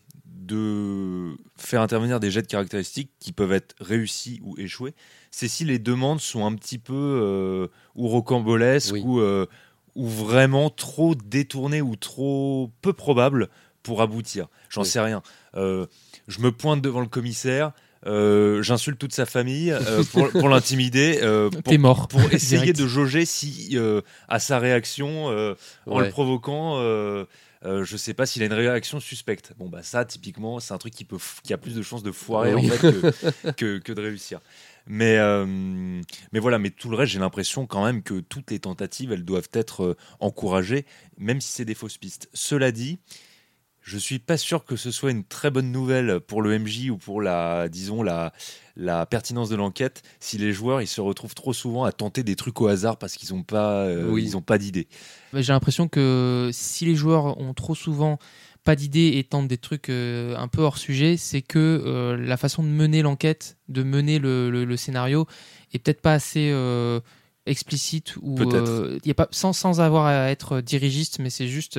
de faire intervenir des jets de caractéristiques qui peuvent être réussis ou échoués, c'est si les demandes sont un petit peu euh, ou rocambolesques Oui. ou, euh, ou vraiment trop détournées ou trop peu probables pour aboutir. J'en Oui. sais rien. Euh, je me pointe devant le commissaire, euh, j'insulte toute sa famille euh, pour, pour l'intimider, euh, pour, T'es mort. pour essayer Direct. de jauger si, euh, à sa réaction euh, en Ouais. le provoquant... Euh, Euh, je sais pas s'il a une réaction suspecte. Bon bah ça typiquement c'est un truc qui peut f- qui a plus de chances de foirer Oui. en fait que, que, que de réussir. Mais euh, mais voilà, mais tout le reste j'ai l'impression quand même que toutes les tentatives elles doivent être euh, encouragées, même si c'est des fausses pistes. Cela dit, je suis pas sûr que ce soit une très bonne nouvelle pour le M J ou pour la disons la la pertinence de l'enquête si les joueurs ils se retrouvent trop souvent à tenter des trucs au hasard parce qu'ils ont pas euh, Oui. ils ont pas d'idée. Bah, j'ai l'impression que si les joueurs ont trop souvent pas d'idées et tentent des trucs euh, un peu hors sujet, c'est que euh, la façon de mener l'enquête, de mener le, le- le scénario, est peut-être pas assez euh, explicite ou Peut-être. euh, y a pas sans sans avoir à être dirigiste, mais c'est juste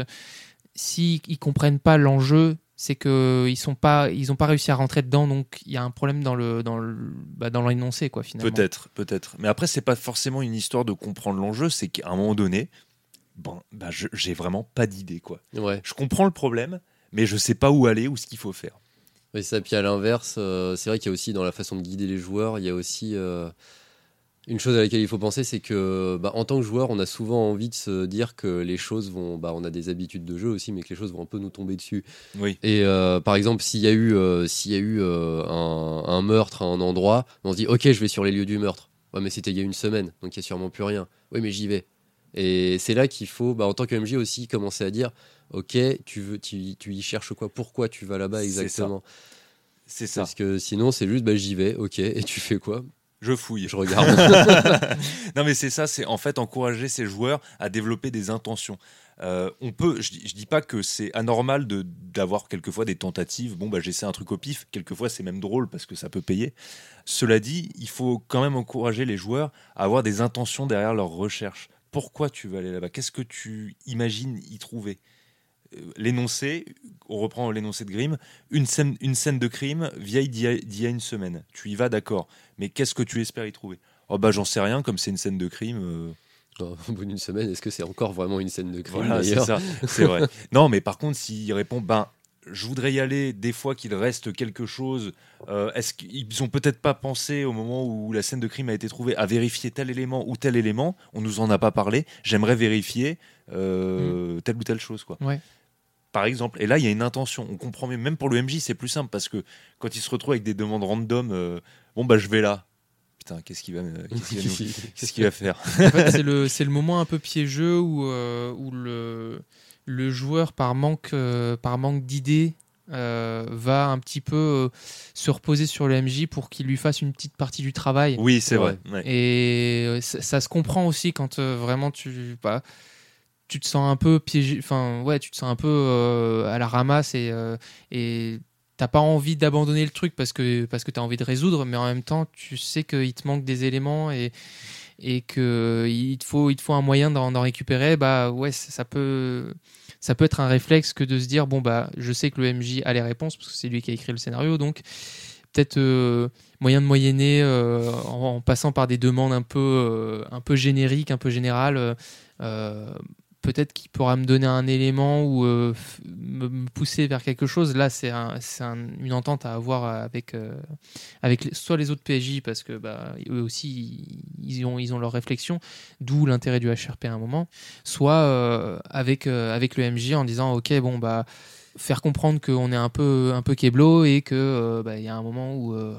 si ils comprennent pas l'enjeu, c'est que ils sont pas ils ont pas réussi à rentrer dedans, donc il y a un problème dans le dans le bah, dans l'énoncé quoi finalement. Peut-être, peut-être. Mais après, c'est pas forcément une histoire de comprendre l'enjeu, c'est qu'à un moment donné, bon, bah, je- j'ai vraiment pas d'idée, quoi. Ouais. Je comprends le problème, mais je sais pas où aller ou ce qu'il faut faire. Et ça, puis à l'inverse, euh, c'est vrai qu'il y a aussi dans la façon de guider les joueurs, il y a aussi euh, une chose à laquelle il faut penser, c'est que bah, en tant que joueur, on a souvent envie de se dire que les choses vont, bah, on a des habitudes de jeu aussi, mais que les choses vont un peu nous tomber dessus. Oui, Et euh, par exemple, s'il y a eu, euh, s'il y a eu euh, un, un meurtre à un endroit, on se dit ok, je vais sur les lieux du meurtre. Ouais, mais c'était il y a une semaine, donc il y a sûrement plus rien. Oui, mais j'y vais. Et c'est là qu'il faut, bah, en tant que M J aussi, commencer à dire ok, tu veux, tu, tu y cherches quoi, pourquoi tu vas là-bas C'est exactement. c'est ça. Parce que sinon, c'est juste bah, j'y vais, ok, et tu fais quoi? Je fouille. Je regarde. Non, mais c'est ça, c'est en fait encourager ces joueurs à développer des intentions. Euh, on peut, je, dis- je dis pas que c'est anormal de d'avoir quelquefois des tentatives. Bon, bah j'essaie un truc au pif. Quelquefois, c'est même drôle parce que ça peut payer. Cela dit, il faut quand même encourager les joueurs à avoir des intentions derrière leurs recherches. Pourquoi tu veux aller là-bas? Qu'est-ce que tu imagines y trouver? Euh, L'énoncé, on reprend l'énoncé de Grimm, une scène, une scène de crime vieille d'il y, a- d'il y a une semaine. Tu y vas, d'accord. Mais qu'est-ce que tu espères y trouver? Oh bah j'en sais rien, comme c'est une scène de crime. euh, Au bout d'une semaine, est-ce que c'est encore vraiment une scène de crime Voilà, c'est d'ailleurs? ça, c'est vrai. Non, mais par contre, s'il répond, ben, je voudrais y aller, des fois qu'il reste quelque chose, euh, est-ce qu'ils ont peut-être pas pensé au moment où la scène de crime a été trouvée à vérifier tel élément ou tel élément, on nous en a pas parlé, j'aimerais vérifier euh, telle ou telle chose, quoi. Ouais. Par exemple, et là, il y a une intention, on comprend mieux, même pour le M J, c'est plus simple, parce que quand il se retrouve avec des demandes random, euh, bon, bah, je vais là. Putain, qu'est-ce qu'il va, me- qu'est-ce qu'il va, nous- qu'est-ce qu'il va faire? En fait, c'est le, c'est le moment un peu piégeux où, euh, où le, le joueur, par manque, euh, par manque d'idées, euh, va un petit peu euh, se reposer sur le M J pour qu'il lui fasse une petite partie du travail. Oui, c'est Ouais. vrai. ouais. Et euh, ça, ça se comprend aussi quand euh, vraiment tu, bah, tu te sens un peu piégé, enfin ouais, tu te sens un peu euh, à la ramasse et, euh, et t'as pas envie d'abandonner le truc parce que parce que t'as envie de résoudre, mais en même temps tu sais qu'il te manque des éléments et et que il te faut il te faut un moyen d'en, d'en récupérer. Bah ouais, ça, ça peut ça peut être un réflexe que de se dire bon bah je sais que le M J a les réponses parce que c'est lui qui a écrit le scénario, donc peut-être euh, moyen de moyenner euh, en, en passant par des demandes un peu euh, un peu génériques, un peu générales. euh, euh, peut-être qu'il pourra me donner un élément ou euh, f- me, me pousser vers quelque chose. Là, c'est, un, c'est un- une entente à avoir avec, euh, avec les- soit les autres P S J, parce que bah, eux aussi, ils, ils ont, ils ont leurs réflexions, d'où l'intérêt du H R P à un moment, soit euh, avec, euh, avec le M J en disant, OK, bon, bah, faire comprendre qu'on est un peu, un peu keblo et qu'il euh, bah, y a un moment où... euh,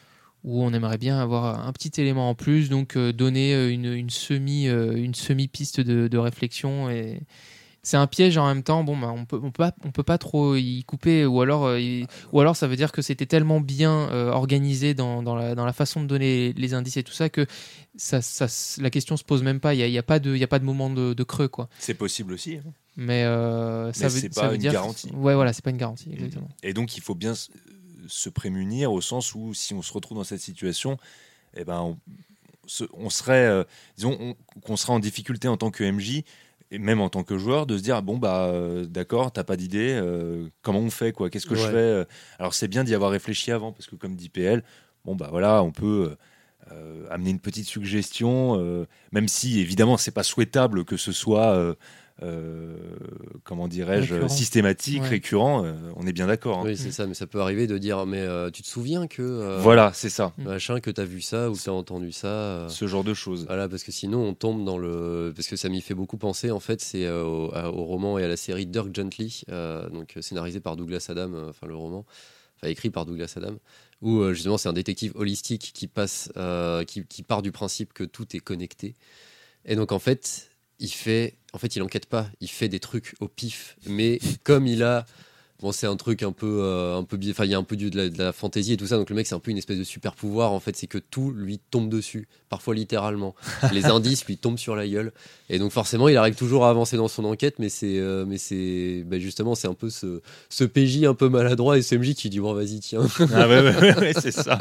où on aimerait bien avoir un petit élément en plus, donc euh, donner euh, une, une semi euh, une semi piste de, de réflexion. Et c'est un piège en même temps. Bon, bah, on peut on peut pas on peut pas trop y couper, ou alors euh, y- ou alors ça veut dire que c'était tellement bien euh, organisé dans, dans la dans la façon de donner les indices et tout ça que ça, ça la question se pose même pas. Il y a, il y a pas de il y a pas de moment de, de creux quoi. C'est possible aussi. hein. Mais euh, ça Mais veut c'est ça pas veut une dire garantie. ouais voilà, c'est pas une garantie exactement. Et donc, il faut bien s- se prémunir au sens où, si on se retrouve dans cette situation, eh ben, on, se- on serait, euh, disons, on- qu'on serait en difficulté en tant que M J. et même en tant que joueur, de se dire bon bah euh, d'accord, t'as pas d'idée, euh, comment on fait quoi, qu'est-ce que Ouais. je fais euh. Alors c'est bien d'y avoir réfléchi avant parce que comme dit P L, bon bah voilà, on peut euh, amener une petite suggestion, euh, même si évidemment c'est pas souhaitable que ce soit euh, euh, comment dirais-je Récurrent. systématique, Ouais. récurrent. euh, on est bien d'accord. hein. Oui, c'est Mm. ça, mais ça peut arriver de dire mais euh, tu te souviens que euh, Voilà, c'est ça, machin que t'as vu ça ou que t'as entendu ça euh, ce genre de choses. Voilà, parce que sinon on tombe dans le. Parce que ça m'y fait beaucoup penser, en fait, c'est euh, au, à- au roman et à la série Dirk Gently, euh, donc euh, scénarisé par Douglas Adams, euh, enfin le roman, enfin écrit par Douglas Adams, où euh, justement c'est un détective holistique qui, passe, euh, qui, qui part du principe que tout est connecté. Et donc en fait, il fait. En fait, il enquête pas, il fait des trucs au pif, mais comme il a. Bon, c'est un truc un peu, euh, un peu, bi- enfin, il y a un peu du- de la, de la fantaisie et tout ça. Donc le mec, c'est un peu une espèce de super pouvoir. En fait, c'est que tout lui tombe dessus, parfois littéralement. Les indices lui tombent sur la gueule. Et donc forcément, il arrive toujours à avancer dans son enquête, mais c'est, euh, mais c'est, bah, justement, c'est un peu ce, ce P J un peu maladroit et ce M J qui dit bon, vas-y, tiens. Ah ouais, ouais, ouais, ouais, c'est ça.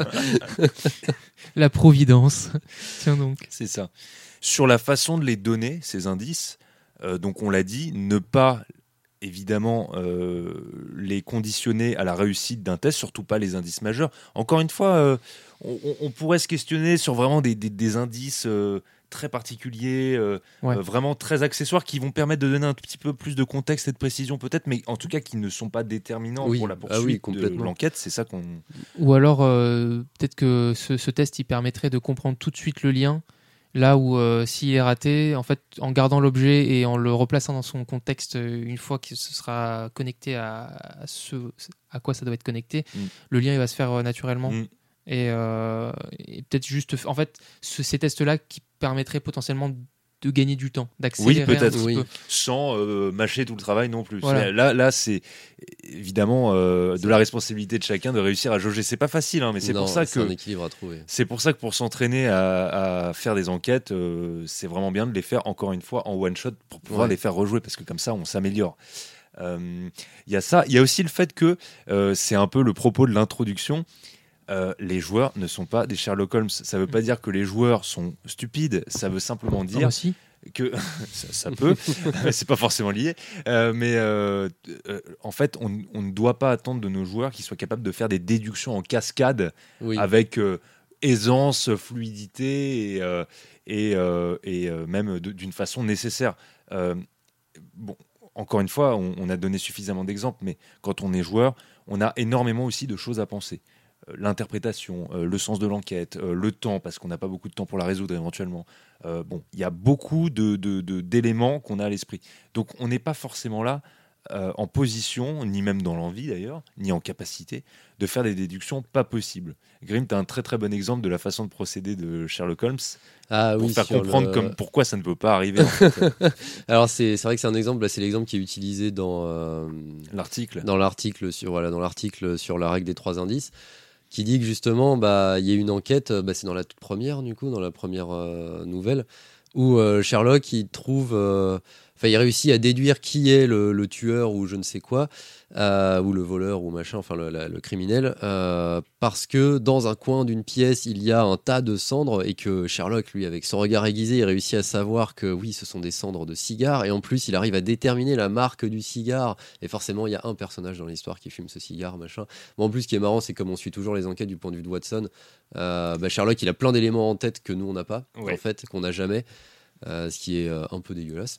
La providence. Tiens donc. C'est ça. Sur la façon de les donner, ces indices, euh, donc on l'a dit, ne pas évidemment euh, les conditionner à la réussite d'un test, surtout pas les indices majeurs. Encore une fois, euh, on, on pourrait se questionner sur vraiment des, des- des indices euh, très particuliers, euh, Ouais. euh, vraiment très accessoires, qui vont permettre de donner un tout petit peu plus de contexte et de précision peut-être, mais en tout cas qui ne sont pas déterminants Oui. pour la Ah oui, poursuite de complètement. l'enquête. C'est ça qu'on... Ou alors, euh, peut-être que ce, ce test, il permettrait de comprendre tout de suite le lien. Là où, euh, s'il est raté, en fait, en gardant l'objet et en le replaçant dans son contexte, euh, une fois que ce sera connecté à, à ce à quoi ça doit être connecté, Mm. le lien il va se faire euh, naturellement. Mm. Et, euh, et peut-être juste, en fait, ce- ces tests-là qui permettraient potentiellement de gagner du temps, d'accélérer Oui, peut-être, un petit oui. peu. sans euh, mâcher tout le travail non plus. Voilà. Là, là, c'est évidemment euh, de la responsabilité de chacun de réussir à jauger. C'est pas facile, hein, mais c'est Non, pour ça c'est un que équilibre à trouver. c'est pour ça que pour s'entraîner à, à faire des enquêtes, euh, c'est vraiment bien de les faire encore une fois en one shot pour pouvoir Ouais. les faire rejouer parce que comme ça, on s'améliore. Euh, Il y a ça. Il y a aussi le fait que euh, c'est un peu le propos de l'introduction. Euh, les joueurs ne sont pas des Sherlock Holmes. Ça ne veut pas dire que les joueurs sont stupides. Ça veut simplement Ah dire bah si. que ça, ça peut, c'est pas forcément lié, euh, mais euh, euh, en fait, on, on ne doit pas attendre de nos joueurs qu'ils soient capables de faire des déductions en cascade Oui. avec euh, aisance, fluidité et, euh, et, euh, et euh, même de- d'une façon nécessaire. Euh, bon, encore une fois, on, on a donné suffisamment d'exemples, mais quand on est joueur, on a énormément aussi de choses à penser. Euh, L'interprétation, euh, le sens de l'enquête, euh, le temps, parce qu'on n'a pas beaucoup de temps pour la résoudre éventuellement. Euh, bon, il y a beaucoup de, de- de- d'éléments qu'on a à l'esprit. Donc on n'est pas forcément là euh, en position, ni même dans l'envie d'ailleurs, ni en capacité de faire des déductions pas possibles. Grimm, tu as un très très bon exemple de la façon de procéder de Sherlock Holmes Ah pour oui, faire sur comprendre le- comme, pourquoi ça ne peut pas arriver. En fait. Alors c'est c'est vrai que c'est un exemple, là, c'est l'exemple qui est utilisé dans euh, L'article. dans l'article sur voilà dans l'article sur la règle des trois indices, qui dit que justement bah il y a une enquête, euh, bah, c'est dans la toute première du coup dans la première euh, nouvelle où euh, Sherlock il trouve euh, enfin il réussit à déduire qui est le, le tueur ou je ne sais quoi euh, ou le voleur ou machin enfin le, la- le criminel euh, parce que dans un coin d'une pièce il y a un tas de cendres et que Sherlock lui avec son regard aiguisé il réussit à savoir que oui ce sont des cendres de cigares et en plus il arrive à déterminer la marque du cigare et forcément il y a un personnage dans l'histoire qui fume ce cigare machin. Bon, en plus ce qui est marrant c'est comme on suit toujours les enquêtes du point de vue de Watson, euh, bah, Sherlock il a plein d'éléments en tête que nous on n'a pas Ouais. en fait qu'on n'a jamais. Euh, ce qui est euh, un peu dégueulasse.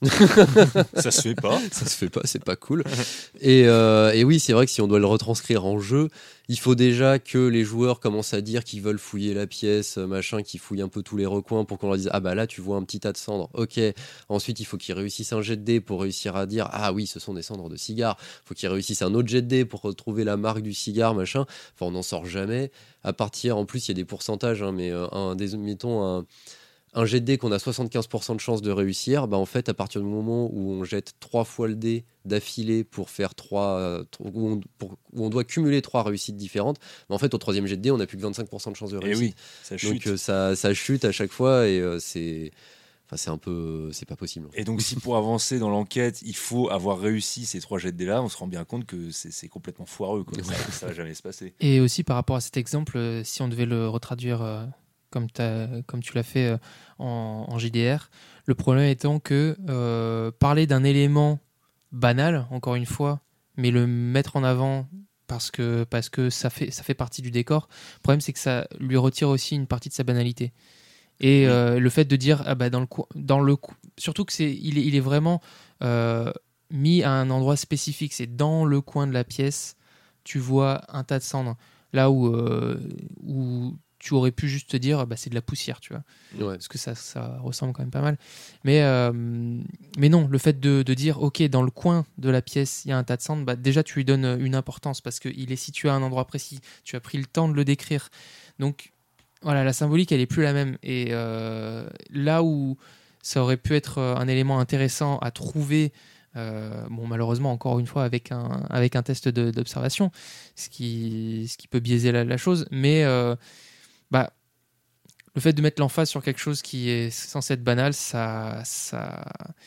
Ça se fait pas. Ça se fait pas, c'est pas cool. Et, euh, et oui, c'est vrai que si on doit le retranscrire en jeu, il faut déjà que les joueurs commencent à dire qu'ils veulent fouiller la pièce, machin, qu'ils fouillent un peu tous les recoins pour qu'on leur dise ah bah là tu vois un petit tas de cendres. Ok. Ensuite, il faut qu'ils réussissent un jet de dés pour réussir à dire ah oui, ce sont des cendres de cigares. Il faut qu'ils réussissent un autre jet de dés pour retrouver la marque du cigare, machin. Enfin, on n'en sort jamais. À partir, en plus, il y a des pourcentages, hein, mais euh, un, des, mettons un un jet de dé qu'on a soixante-quinze pour cent de chance de réussir, bah en fait, à partir du moment où on jette trois fois le dé d'affilée pour faire trois, euh, où, on, pour- où on doit cumuler trois réussites différentes, bah en fait, au troisième jet de dé, on n'a plus que vingt-cinq pour cent de chance de Et réussite. oui, ça chute. Donc euh, ça, ça chute à chaque fois et euh, c'est, enfin, c'est un peu, c'est pas possible. Et donc, si pour avancer dans l'enquête, il faut avoir réussi ces trois jets de dés là, on se rend bien compte que c'est, c'est complètement foireux. Quoi. Ça, ça va jamais se passer. Et aussi par rapport à cet exemple, euh, si on devait le retraduire euh, comme, t'as- comme tu l'as fait euh, en, en J D R, Le problème étant que euh, parler d'un élément banal, encore une fois, mais le mettre en avant parce que, parce que ça, fait, ça fait partie du décor, le problème c'est que ça lui retire aussi une partie de sa banalité. Et oui. euh, le fait de dire, ah bah dans le, co- dans le co- surtout que c'est, il, est, il est vraiment euh, mis à un endroit spécifique, c'est dans le coin de la pièce, tu vois un tas de cendres, là où, euh, où tu aurais pu juste te dire, bah, c'est de la poussière, tu vois, ouais. Parce que ça, ça ressemble quand même pas mal. Mais, euh, mais non, le fait de, de dire, ok, dans le coin de la pièce, il y a un tas de cendres, bah, déjà tu lui donnes une importance parce qu'il est situé à un endroit précis, tu as pris le temps de le décrire. Donc, voilà, la symbolique, elle est plus la même. Et euh, là où ça aurait pu être un élément intéressant à trouver, euh, bon, malheureusement, encore une fois, avec un, avec un test de, d'observation, ce qui, ce qui peut biaiser la, la chose, mais euh, bah, le fait de mettre l'emphase sur quelque chose qui est censé être banal, ça, ça,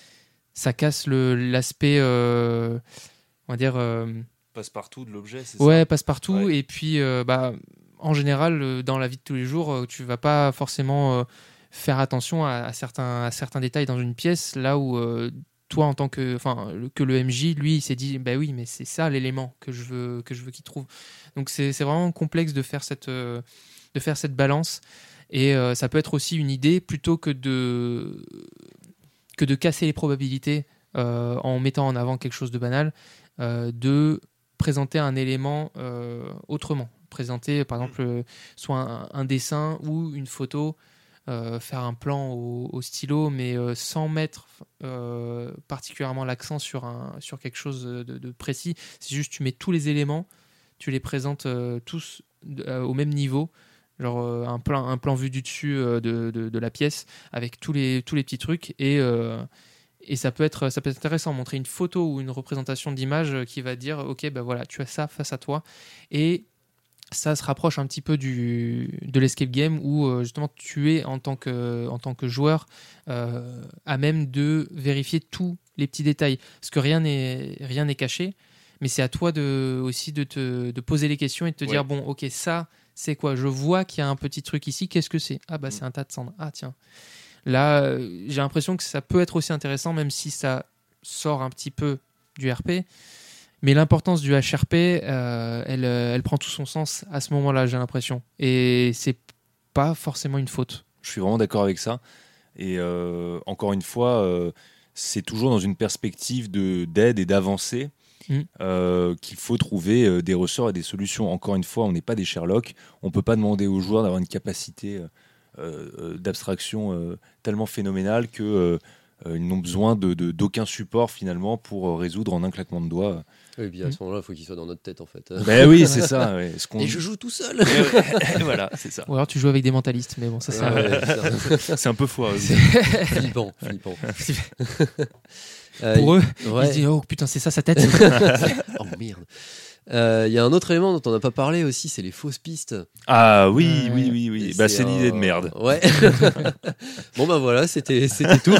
ça casse le, l'aspect, euh, on va dire... Euh, passe-partout de l'objet, c'est ouais, ça ? Ouais, passe-partout. Ouais. Et puis, euh, bah... en général, dans la vie de tous les jours, tu ne vas pas forcément faire attention à, à, certains, à certains détails dans une pièce, là où euh, toi, en tant que, enfin, que le M J, lui, il s'est dit, bah oui, mais c'est ça l'élément que je veux, que je veux qu'il trouve. Donc c'est, c'est vraiment complexe de faire cette, euh, de faire cette balance. Et euh, ça peut être aussi une idée, plutôt que de, que de casser les probabilités euh, en mettant en avant quelque chose de banal, euh, de présenter un élément euh, autrement. Présenter par exemple euh, soit un, un dessin ou une photo, euh, faire un plan au, au stylo, mais euh, sans mettre euh, particulièrement l'accent sur, un, sur quelque chose de, de précis. C'est juste tu mets tous les éléments, tu les présentes euh, tous euh, au même niveau, genre euh, un, plan, un plan vu du dessus euh, de, de, de la pièce avec tous les, tous les petits trucs et... Euh, Et ça peut être, ça peut être intéressant, montrer une photo ou une représentation d'image qui va dire, ok, ben voilà, tu as ça face à toi. Et ça se rapproche un petit peu du, de l'escape game où euh, justement tu es en tant que, en tant que joueur euh, à même de vérifier tous les petits détails. Parce que rien n'est, rien n'est caché, mais c'est à toi de, aussi de te de poser les questions et de te ouais. dire, bon, ok, ça, c'est quoi ? Je vois qu'il y a un petit truc ici, qu'est-ce que c'est ? Ah bah mmh. c'est un tas de cendres. Ah tiens. Là, euh, j'ai l'impression que ça peut être aussi intéressant, même si ça sort un petit peu du R P. Mais l'importance du H R P, euh, elle, elle prend tout son sens à ce moment-là, j'ai l'impression. Et c'est pas forcément une faute. Je suis vraiment d'accord avec ça. Et euh, encore une fois, euh, c'est toujours dans une perspective de, d'aide et d'avancée mmh. euh, qu'il faut trouver euh, des ressorts et des solutions. Encore une fois, on n'est pas des Sherlock. On ne peut pas demander aux joueurs d'avoir une capacité... Euh, Euh, d'abstraction euh, tellement phénoménale qu'ils euh, euh, n'ont besoin de, de, d'aucun support finalement pour euh, résoudre en un claquement de doigts. Et puis à ce moment-là, il faut qu'il soit dans notre tête en fait. Ben oui, c'est ça. Ouais. Ce qu'on... Et je joue tout seul. Et voilà, c'est ça. Ou alors tu joues avec des mentalistes, mais bon, ça c'est, ah, ouais, c'est, ça. c'est un peu foireux. Flippant, flippant. Pour euh, eux, ouais. Ils se disent oh putain, c'est ça sa tête. Oh merde. Il euh, y a un autre élément dont on n'a pas parlé aussi, c'est les fausses pistes. Ah oui, euh, oui, oui, oui. Bah, c'est, c'est l'idée un... de merde. Ouais. Bon bah voilà, c'était, c'était tout.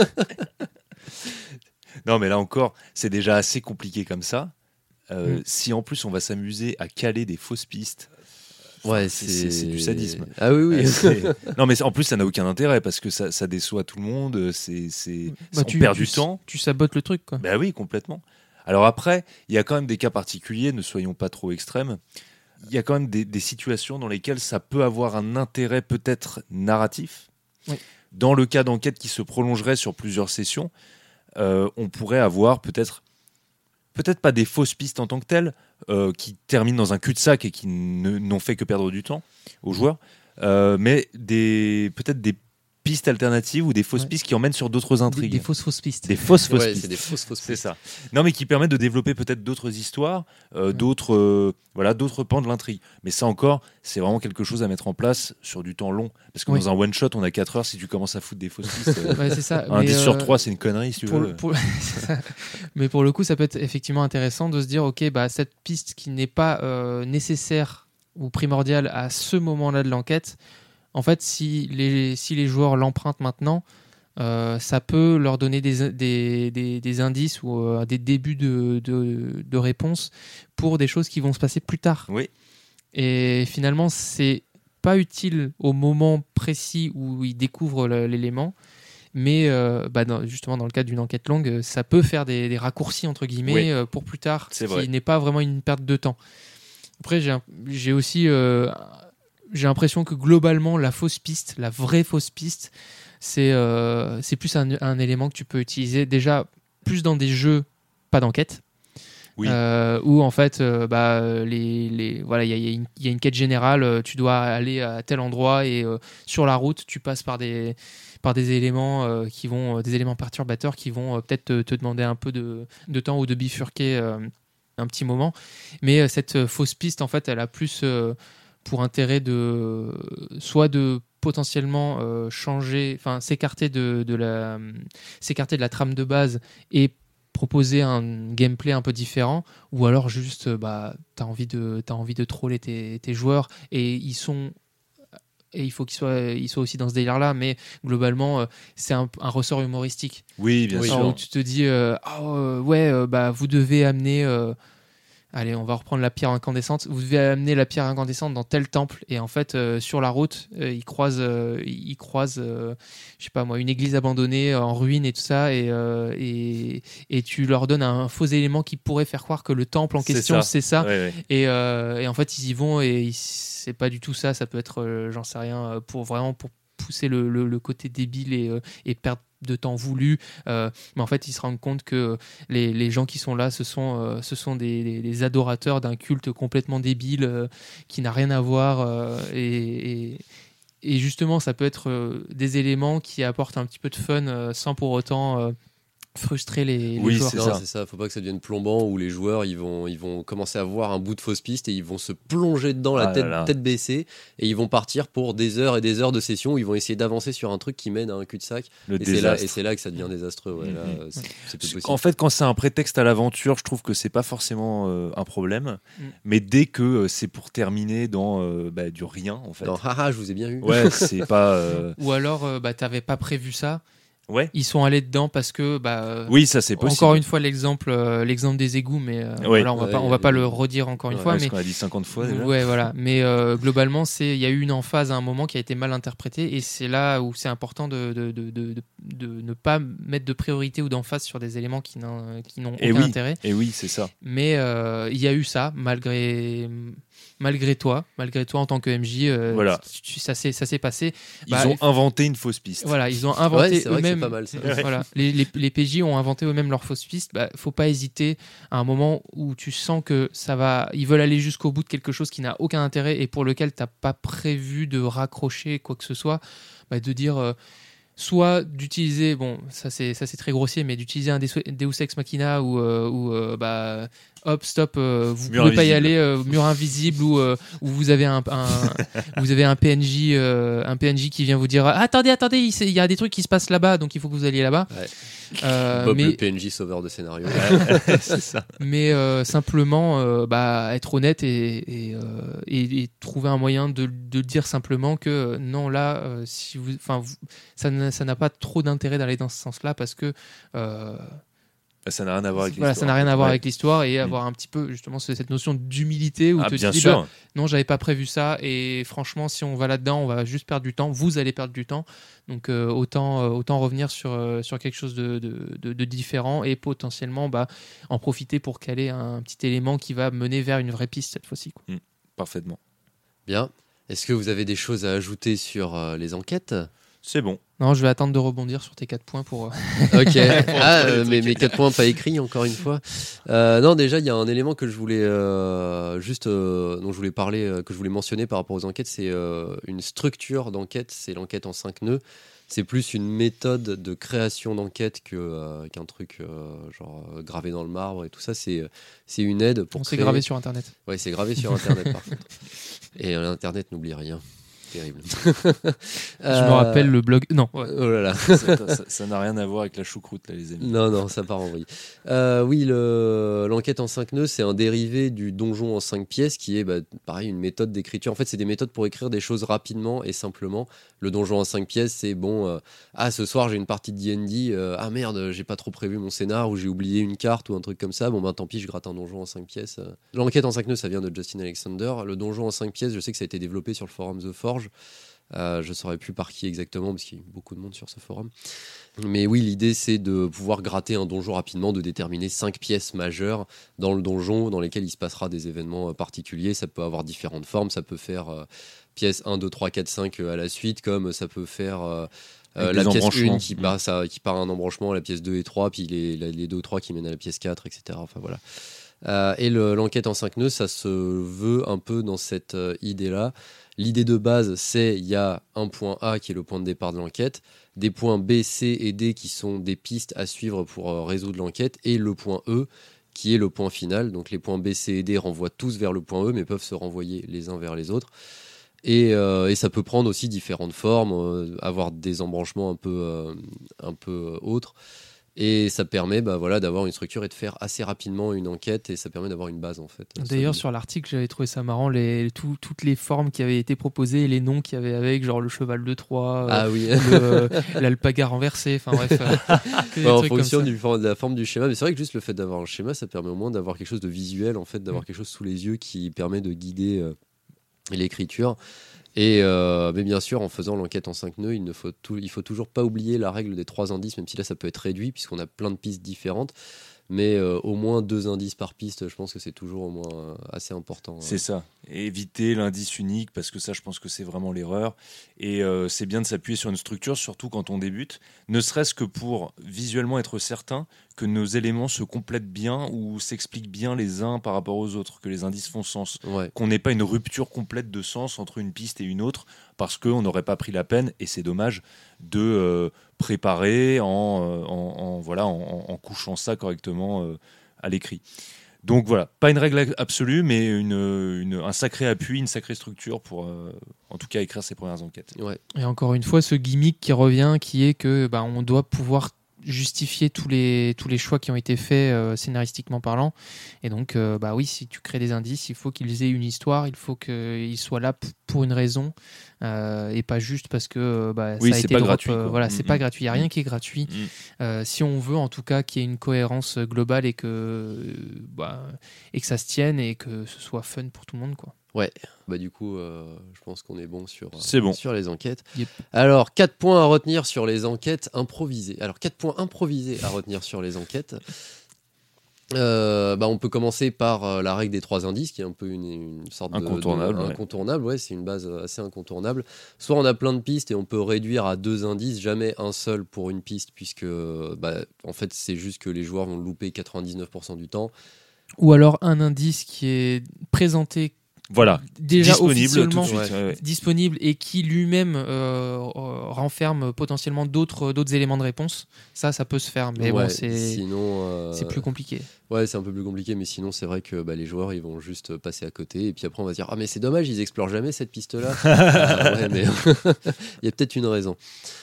Non mais là encore, c'est déjà assez compliqué comme ça. Euh, mm. Si en plus on va s'amuser à caler des fausses pistes, ouais, c'est, c'est... c'est, c'est du sadisme. Ah oui, oui. C'est... Non mais en plus ça n'a aucun intérêt parce que ça, ça déçoit tout le monde. C'est, c'est... Bah, on tu, perd tu, du temps. Tu sabotes le truc, quoi. Bah oui, complètement. Alors après, il y a quand même des cas particuliers, ne soyons pas trop extrêmes. Il y a quand même des, des situations dans lesquelles ça peut avoir un intérêt peut-être narratif. Oui. Dans le cas d'enquête qui se prolongerait sur plusieurs sessions, euh, on pourrait avoir peut-être, peut-être pas des fausses pistes en tant que telles, euh, qui terminent dans un cul-de-sac et qui ne, n'ont fait que perdre du temps aux joueurs, euh, mais des, peut-être des pistes alternatives ou des fausses ouais. pistes qui emmènent sur d'autres intrigues. Des, des fausses fausses pistes. Des fausses fausses ouais, pistes. C'est des fausses fausses c'est pistes. ça. Non, mais qui permettent de développer peut-être d'autres histoires, euh, ouais. d'autres, euh, voilà, d'autres pans de l'intrigue. Mais ça encore, c'est vraiment quelque chose à mettre en place sur du temps long. Parce que oui. dans un one shot, on a quatre heures. Si tu commences à foutre des fausses pistes, euh, ouais, c'est ça. un mais dix euh, sur trois, c'est une connerie si tu pour, veux. Pour... mais pour le coup, ça peut être effectivement intéressant de se dire, ok, bah cette piste qui n'est pas euh, nécessaire ou primordiale à ce moment-là de l'enquête. En fait, si les, si les joueurs l'empruntent maintenant, euh, ça peut leur donner des, des, des, des indices ou euh, des débuts de, de, de réponses pour des choses qui vont se passer plus tard. Oui. Et finalement, c'est pas utile au moment précis où ils découvrent le, l'élément, mais euh, bah, dans, justement dans le cadre d'une enquête longue, ça peut faire des, des raccourcis entre guillemets Oui. euh, pour plus tard, C'est ce vrai. qui n'est pas vraiment une perte de temps. Après, j'ai, un- j'ai aussi euh, j'ai l'impression que globalement, la fausse piste, la vraie fausse piste, c'est, euh, c'est plus un, un élément que tu peux utiliser déjà plus dans des jeux, pas d'enquête. Oui. Euh, où en fait, euh, bah, les, les, voilà, il y a, y a une- y a une quête générale, euh, tu dois aller à tel endroit et euh, sur la route, tu passes par des, par des éléments euh, qui vont, euh, des éléments perturbateurs qui vont euh, peut-être te, te demander un peu de, de temps ou de bifurquer euh, un petit moment. Mais euh, cette euh, fausse piste, en fait, elle a plus euh, pour intérêt de soit de potentiellement euh, changer, enfin s'écarter de, de la, s'écarter de la trame de base et proposer un gameplay un peu différent, ou alors juste euh, bah t'as envie de t'as envie de troller tes, tes joueurs et ils sont et il faut qu'ils soient ils soient aussi dans ce délire là, mais globalement euh, c'est un, un ressort humoristique. Oui, bien Oui. sûr. Alors, où tu te dis euh, ah euh, ouais euh, bah vous devez amener euh, allez, on va reprendre la pierre incandescente. Vous devez amener la pierre incandescente dans tel temple. Et en fait, euh, sur la route, euh, ils croisent, euh, ils croisent euh, je sais pas moi, une église abandonnée euh, en ruine et tout ça. Et, euh, et, et tu leur donnes un faux élément qui pourrait faire croire que le temple en C'est question, ça. c'est ça. Ouais, ouais. Et, euh, et en fait, ils y vont et ils- c'est pas du tout ça. Ça peut être, euh, j'en sais rien, euh, pour vraiment pour pousser le, le, le côté débile et, euh, et perdre de temps voulu. Euh, mais en fait, ils se rendent compte que les, les gens qui sont là, ce sont, euh, ce sont des, des- des adorateurs d'un culte complètement débile euh, qui n'a rien à voir. euh, et, et, et justement, ça peut être euh, des éléments qui apportent un petit peu de fun euh, sans pour autant euh, frustrer les, les Oui, joueurs. c'est Non, ça. c'est ça. Faut pas que ça devienne plombant où les joueurs ils vont, ils vont commencer à voir un bout de fausse piste et ils vont se plonger dedans la Ah là tête, là. tête baissée et ils vont partir pour des heures et des heures de session où ils vont essayer d'avancer sur un truc qui mène à un cul-de-sac. Le Et c'est, là, désastre. et c'est là que ça devient désastreux. Ouais, là, Mhm. c'est, c'est plus possible. En fait, quand c'est un prétexte à l'aventure, je trouve que c'est pas forcément euh, un problème. Mm. Mais dès que euh, c'est pour terminer dans euh, bah, du rien, en fait. Non, haha, je vous ai bien eu. Ouais, c'est pas. euh, Ou alors, euh, bah, t'avais pas prévu ça. Ouais. Ils sont allés dedans parce que, bah, euh, Oui, ça c'est possible. encore une fois, l'exemple, euh, l'exemple des égouts, mais euh, Ouais. voilà, on va Ouais, pas, on y va a pas eu- le redire encore une Ouais, fois, Parce mais qu'on a dit cinquante fois déjà. ouais, voilà. Mais euh, globalement, c'est il y a eu une emphase à un moment qui a été mal interprétée et c'est là où c'est important de, de, de, de, de- de ne pas mettre de priorité ou d'emphase sur des éléments qui n'ont, qui n'ont Et aucun oui. intérêt. Et oui, c'est ça. Mais euh, il y a eu ça malgré malgré toi, malgré toi en tant que M J. euh, Voilà. tu- tu- ça s'est ça s'est passé. Ils Bah, ont il- inventé une fausse piste. Voilà, ils ont Ouais, inventé c'est vrai que c'est eux-mêmes. pas mal ça. Voilà, les, les, les P J ont inventé eux-mêmes leurs fausses pistes. Bah, faut pas hésiter à un moment où tu sens que ça va, ils veulent aller jusqu'au bout de quelque chose qui n'a aucun intérêt et pour lequel t'as pas prévu de raccrocher quoi que ce soit, bah, de dire euh, soit d'utiliser, bon, ça c'est ça c'est très grossier, mais d'utiliser un Deus Deus Ex Machina ou euh, ou euh, bah hop stop, euh, vous Mur pouvez pas y invisible. aller, euh, mur invisible ou euh, où vous avez un, un vous avez un P N J euh, un P N J qui vient vous dire ah, attendez attendez il, s'est- il y a des trucs qui se passent là-bas donc il faut que vous alliez là-bas. Ouais. Euh, Bob mais le P N J sauveur de scénario. c'est ça. mais euh, simplement euh, bah, être honnête et, et, euh, et- et trouver un moyen de, de dire simplement que euh, non là euh, si vous enfin vous- ça n'a ça n'a pas trop d'intérêt d'aller dans ce sens-là parce que euh, Bah, ça n'a rien à voir avec voilà, l'histoire. ça n'a rien à voir Ouais. avec l'histoire et avoir un petit peu justement ce- cette notion d'humilité où Ah, te bien dis sûr. bah, non j'avais pas prévu ça et franchement si on va là-dedans on va juste perdre du temps, vous allez perdre du temps donc euh, autant euh, autant revenir sur euh, sur quelque chose de, de, de- de différent et potentiellement bah, en profiter pour caler un petit élément qui va mener vers une vraie piste cette fois-ci quoi. Parfaitement. Bien. Est-ce que vous avez des choses à ajouter sur euh, les enquêtes? C'est bon. Non, je vais attendre de rebondir sur tes quatre points pour. euh, Ok. Ah, trouver euh, des mais trucs. mes quatre points pas écrits encore une fois. Euh, non, déjà il y a un élément que je voulais euh, juste euh, dont je voulais parler, euh, que je voulais mentionner par rapport aux enquêtes, c'est euh, une structure d'enquête. C'est l'enquête en cinq nœuds. C'est plus une méthode de création d'enquête que euh, qu'un truc euh, genre euh, gravé dans le marbre et tout ça. C'est c'est une aide pour On s'est créer- gravé sur internet. Ouais, c'est gravé sur internet par contre. Et euh, l'internet n'oublie rien. Terrible. Je me rappelle le blog. Non. ouais. Oh là là. ça ça- ça n'a rien à voir avec la choucroute, là, les amis. Non, non, ça part en vrille. Euh, oui, le- l'enquête en cinq nœuds, c'est un dérivé du donjon en cinq pièces qui est, bah, pareil, une méthode d'écriture. En fait, c'est des méthodes pour écrire des choses rapidement et simplement. Le donjon en cinq pièces, c'est bon, euh, ah, ce soir, j'ai une partie de D and D, euh, ah merde, j'ai pas trop prévu mon scénar ou j'ai oublié une carte ou un truc comme ça. Bon, ben tant pis, je gratte un donjon en cinq pièces. Euh, L'enquête en cinq nœuds, ça vient de Justin Alexander. Le donjon en cinq pièces, je sais que ça a été développé sur le forum The Forge. Euh, je ne saurais plus par qui exactement, parce qu'il y a beaucoup de monde sur ce forum. Mais oui, l'idée, c'est de pouvoir gratter un donjon rapidement, de déterminer cinq pièces majeures dans le donjon, dans lesquelles il se passera des événements particuliers. Ça peut avoir différentes formes, ça peut faire euh, pièce un, deux, trois, quatre, cinq à la suite, comme ça peut faire... Euh, Euh, la pièce un qui part, ça, qui part à un embranchement, la pièce deux et trois, puis les, les deux ou trois qui mènent à la pièce quatre, et cetera. Enfin, voilà. Euh, et le, l'enquête en cinq nœuds, ça se veut un peu dans cette euh, idée-là. L'idée de base, c'est il y a un point A qui est le point de départ de l'enquête, des points B, C et D qui sont des pistes à suivre pour euh, résoudre l'enquête, et le point E qui est le point final. Donc les points B, C et D renvoient tous vers le point E, mais peuvent se renvoyer les uns vers les autres. Et, euh, et ça peut prendre aussi différentes formes, euh, avoir des embranchements un peu, euh, un peu autres. Et ça permet bah, voilà, d'avoir une structure et de faire assez rapidement une enquête. Et ça permet d'avoir une base, en fait. D'ailleurs, sur l'article, j'avais trouvé ça marrant, les, tout, toutes les formes qui avaient été proposées et les noms qu'il y avait avec, genre le cheval de Troie, ah, euh, oui. le, l'alpaga renversé, enfin bref. Euh, ouais, en fonction du, de la forme du schéma. Mais c'est vrai que juste le fait d'avoir un schéma, ça permet au moins d'avoir quelque chose de visuel, en fait, d'avoir mmh. quelque chose sous les yeux qui permet de guider... Euh, l'écriture. Et euh, mais bien sûr, en faisant l'enquête en cinq nœuds, il ne faut, tout, il faut toujours pas oublier la règle des trois indices, même si là ça peut être réduit puisqu'on a plein de pistes différentes. Mais euh, au moins deux indices par piste, je pense que c'est toujours au moins euh, assez important. C'est euh. ça. Et éviter l'indice unique, parce que ça, je pense que c'est vraiment l'erreur. Et euh, c'est bien de s'appuyer sur une structure, surtout quand on débute, ne serait-ce que pour visuellement être certain que nos éléments se complètent bien ou s'expliquent bien les uns par rapport aux autres, que les indices font sens. Ouais. Qu'on n'ait pas une rupture complète de sens entre une piste et une autre, parce qu'on n'aurait pas pris la peine, et c'est dommage, de euh, préparer en, en, en, voilà, en, en couchant ça correctement euh, à l'écrit. Donc voilà, pas une règle absolue, mais une, une, un sacré appui, une sacrée structure pour, euh, en tout cas, écrire ses premières enquêtes. Ouais. Et encore une fois, ce gimmick qui revient, qui est que bah, on doit pouvoir justifier tous les, tous les choix qui ont été faits euh, scénaristiquement parlant. Et donc, euh, bah oui, si tu crées des indices, il faut qu'ils aient une histoire, il faut qu'ils soient là p- pour une raison euh, et pas juste parce que bah, oui, ça a c'est été pas drop, gratuit. Euh, voilà, mmh, c'est mmh. pas gratuit, il n'y a rien qui est gratuit. Mmh. Euh, si on veut en tout cas qu'il y ait une cohérence globale et que, bah, et que ça se tienne et que ce soit fun pour tout le monde, quoi. Ouais, bah du coup, euh, je pense qu'on est bon sur, C'est bon. sur les enquêtes. Yep. Alors, quatre points à retenir sur les enquêtes improvisées. Alors, quatre points improvisés à retenir sur les enquêtes. Euh, bah, on peut commencer par euh, la règle des trois indices, qui est un peu une, une sorte incontournable, de, de, ouais. incontournable. Ouais, c'est une base assez incontournable. Soit on a plein de pistes et on peut réduire à deux indices, jamais un seul pour une piste, puisque bah, en fait, c'est juste que les joueurs vont le louper quatre-vingt-dix-neuf pour cent du temps. Ou alors un indice qui est présenté Voilà, déjà disponible tout de suite, ouais. Ouais, ouais. disponible et qui lui-même euh, renferme potentiellement d'autres, d'autres éléments de réponse. Ça, ça peut se faire, mais ouais, bon, c'est, sinon, euh... c'est plus compliqué. Ouais, c'est un peu plus compliqué, mais sinon, c'est vrai que bah, les joueurs, ils vont juste passer à côté. Et puis après, on va se dire, ah, mais c'est dommage, ils explorent jamais cette piste-là. euh, ouais, mais il y a peut-être une raison.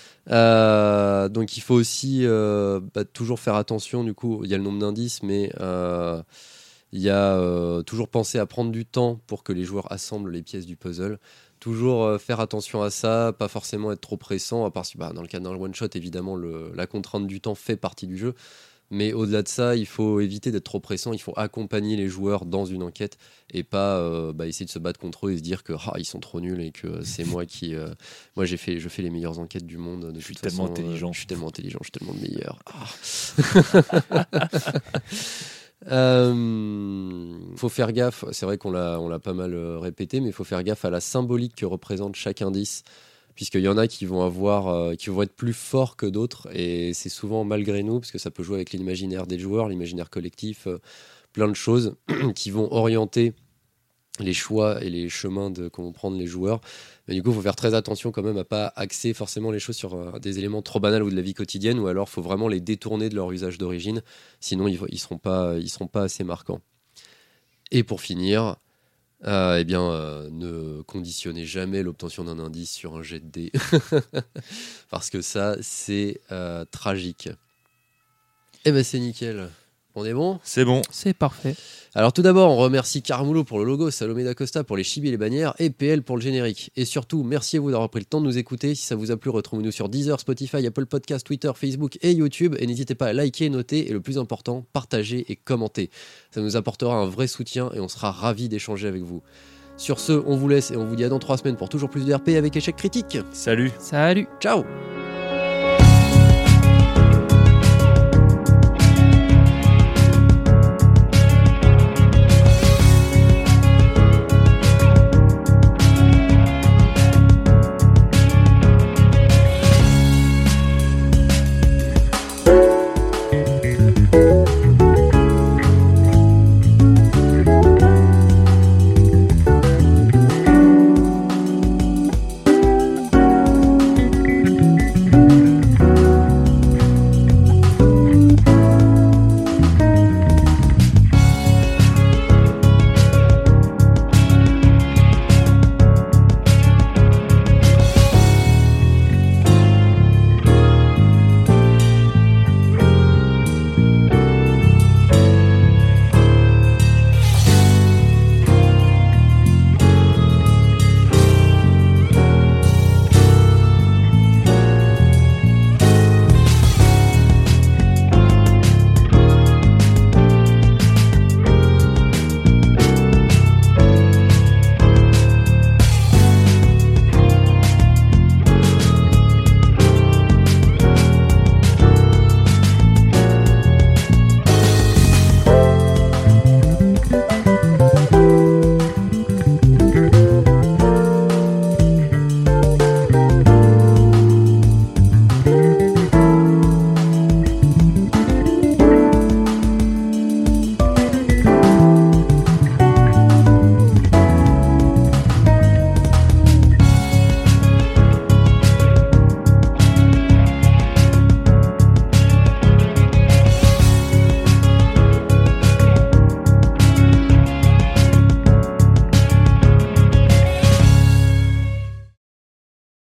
Euh, donc, il faut aussi euh, bah, toujours faire attention. Du coup, il y a le nombre d'indices, mais... Euh, il y a euh, toujours penser à prendre du temps pour que les joueurs assemblent les pièces du puzzle. Toujours euh, faire attention à ça, pas forcément être trop pressant, à part si bah, dans le cas d'un one-shot, évidemment, le, la contrainte du temps fait partie du jeu. Mais au-delà de ça, il faut éviter d'être trop pressant, il faut accompagner les joueurs dans une enquête et pas euh, bah, essayer de se battre contre eux et se dire que ah, ils sont trop nuls et que c'est moi qui... Euh, moi, j'ai fait, je fais les meilleures enquêtes du monde. De je suis toute tellement façon, intelligent. Euh, je suis tellement intelligent, je suis tellement le meilleur. Ah. Euh, faut faire gaffe, c'est vrai qu'on l'a, on l'a pas mal répété, mais il faut faire gaffe à la symbolique que représente chaque indice, puisqu'il y en a qui vont avoir, euh, qui vont être plus forts que d'autres, et c'est souvent malgré nous, parce que ça peut jouer avec l'imaginaire des joueurs, l'imaginaire collectif, euh, plein de choses qui vont orienter les choix et les chemins de, que vont prendre les joueurs. Mais du coup, il faut faire très attention quand même à pas axer forcément les choses sur euh, des éléments trop banals ou de la vie quotidienne, ou alors il faut vraiment les détourner de leur usage d'origine, sinon ils ne seront pas, ils seront pas assez marquants. Et pour finir, euh, eh bien, euh, ne conditionnez jamais l'obtention d'un indice sur un jet de dés, parce que ça, c'est euh, tragique. Eh ben c'est nickel. On est bon ? C'est bon. C'est parfait. Alors tout d'abord, on remercie Carmulo pour le logo, Salomé d'Acosta pour les chibis et les bannières et P L pour le générique. Et surtout, merci à vous d'avoir pris le temps de nous écouter. Si ça vous a plu, retrouvez-nous sur Deezer, Spotify, Apple Podcasts, Twitter, Facebook et YouTube. Et n'hésitez pas à liker, noter et le plus important, partager et commenter. Ça nous apportera un vrai soutien et on sera ravis d'échanger avec vous. Sur ce, on vous laisse et on vous dit à dans trois semaines pour toujours plus de R P avec échec critique. Salut. Salut. Ciao.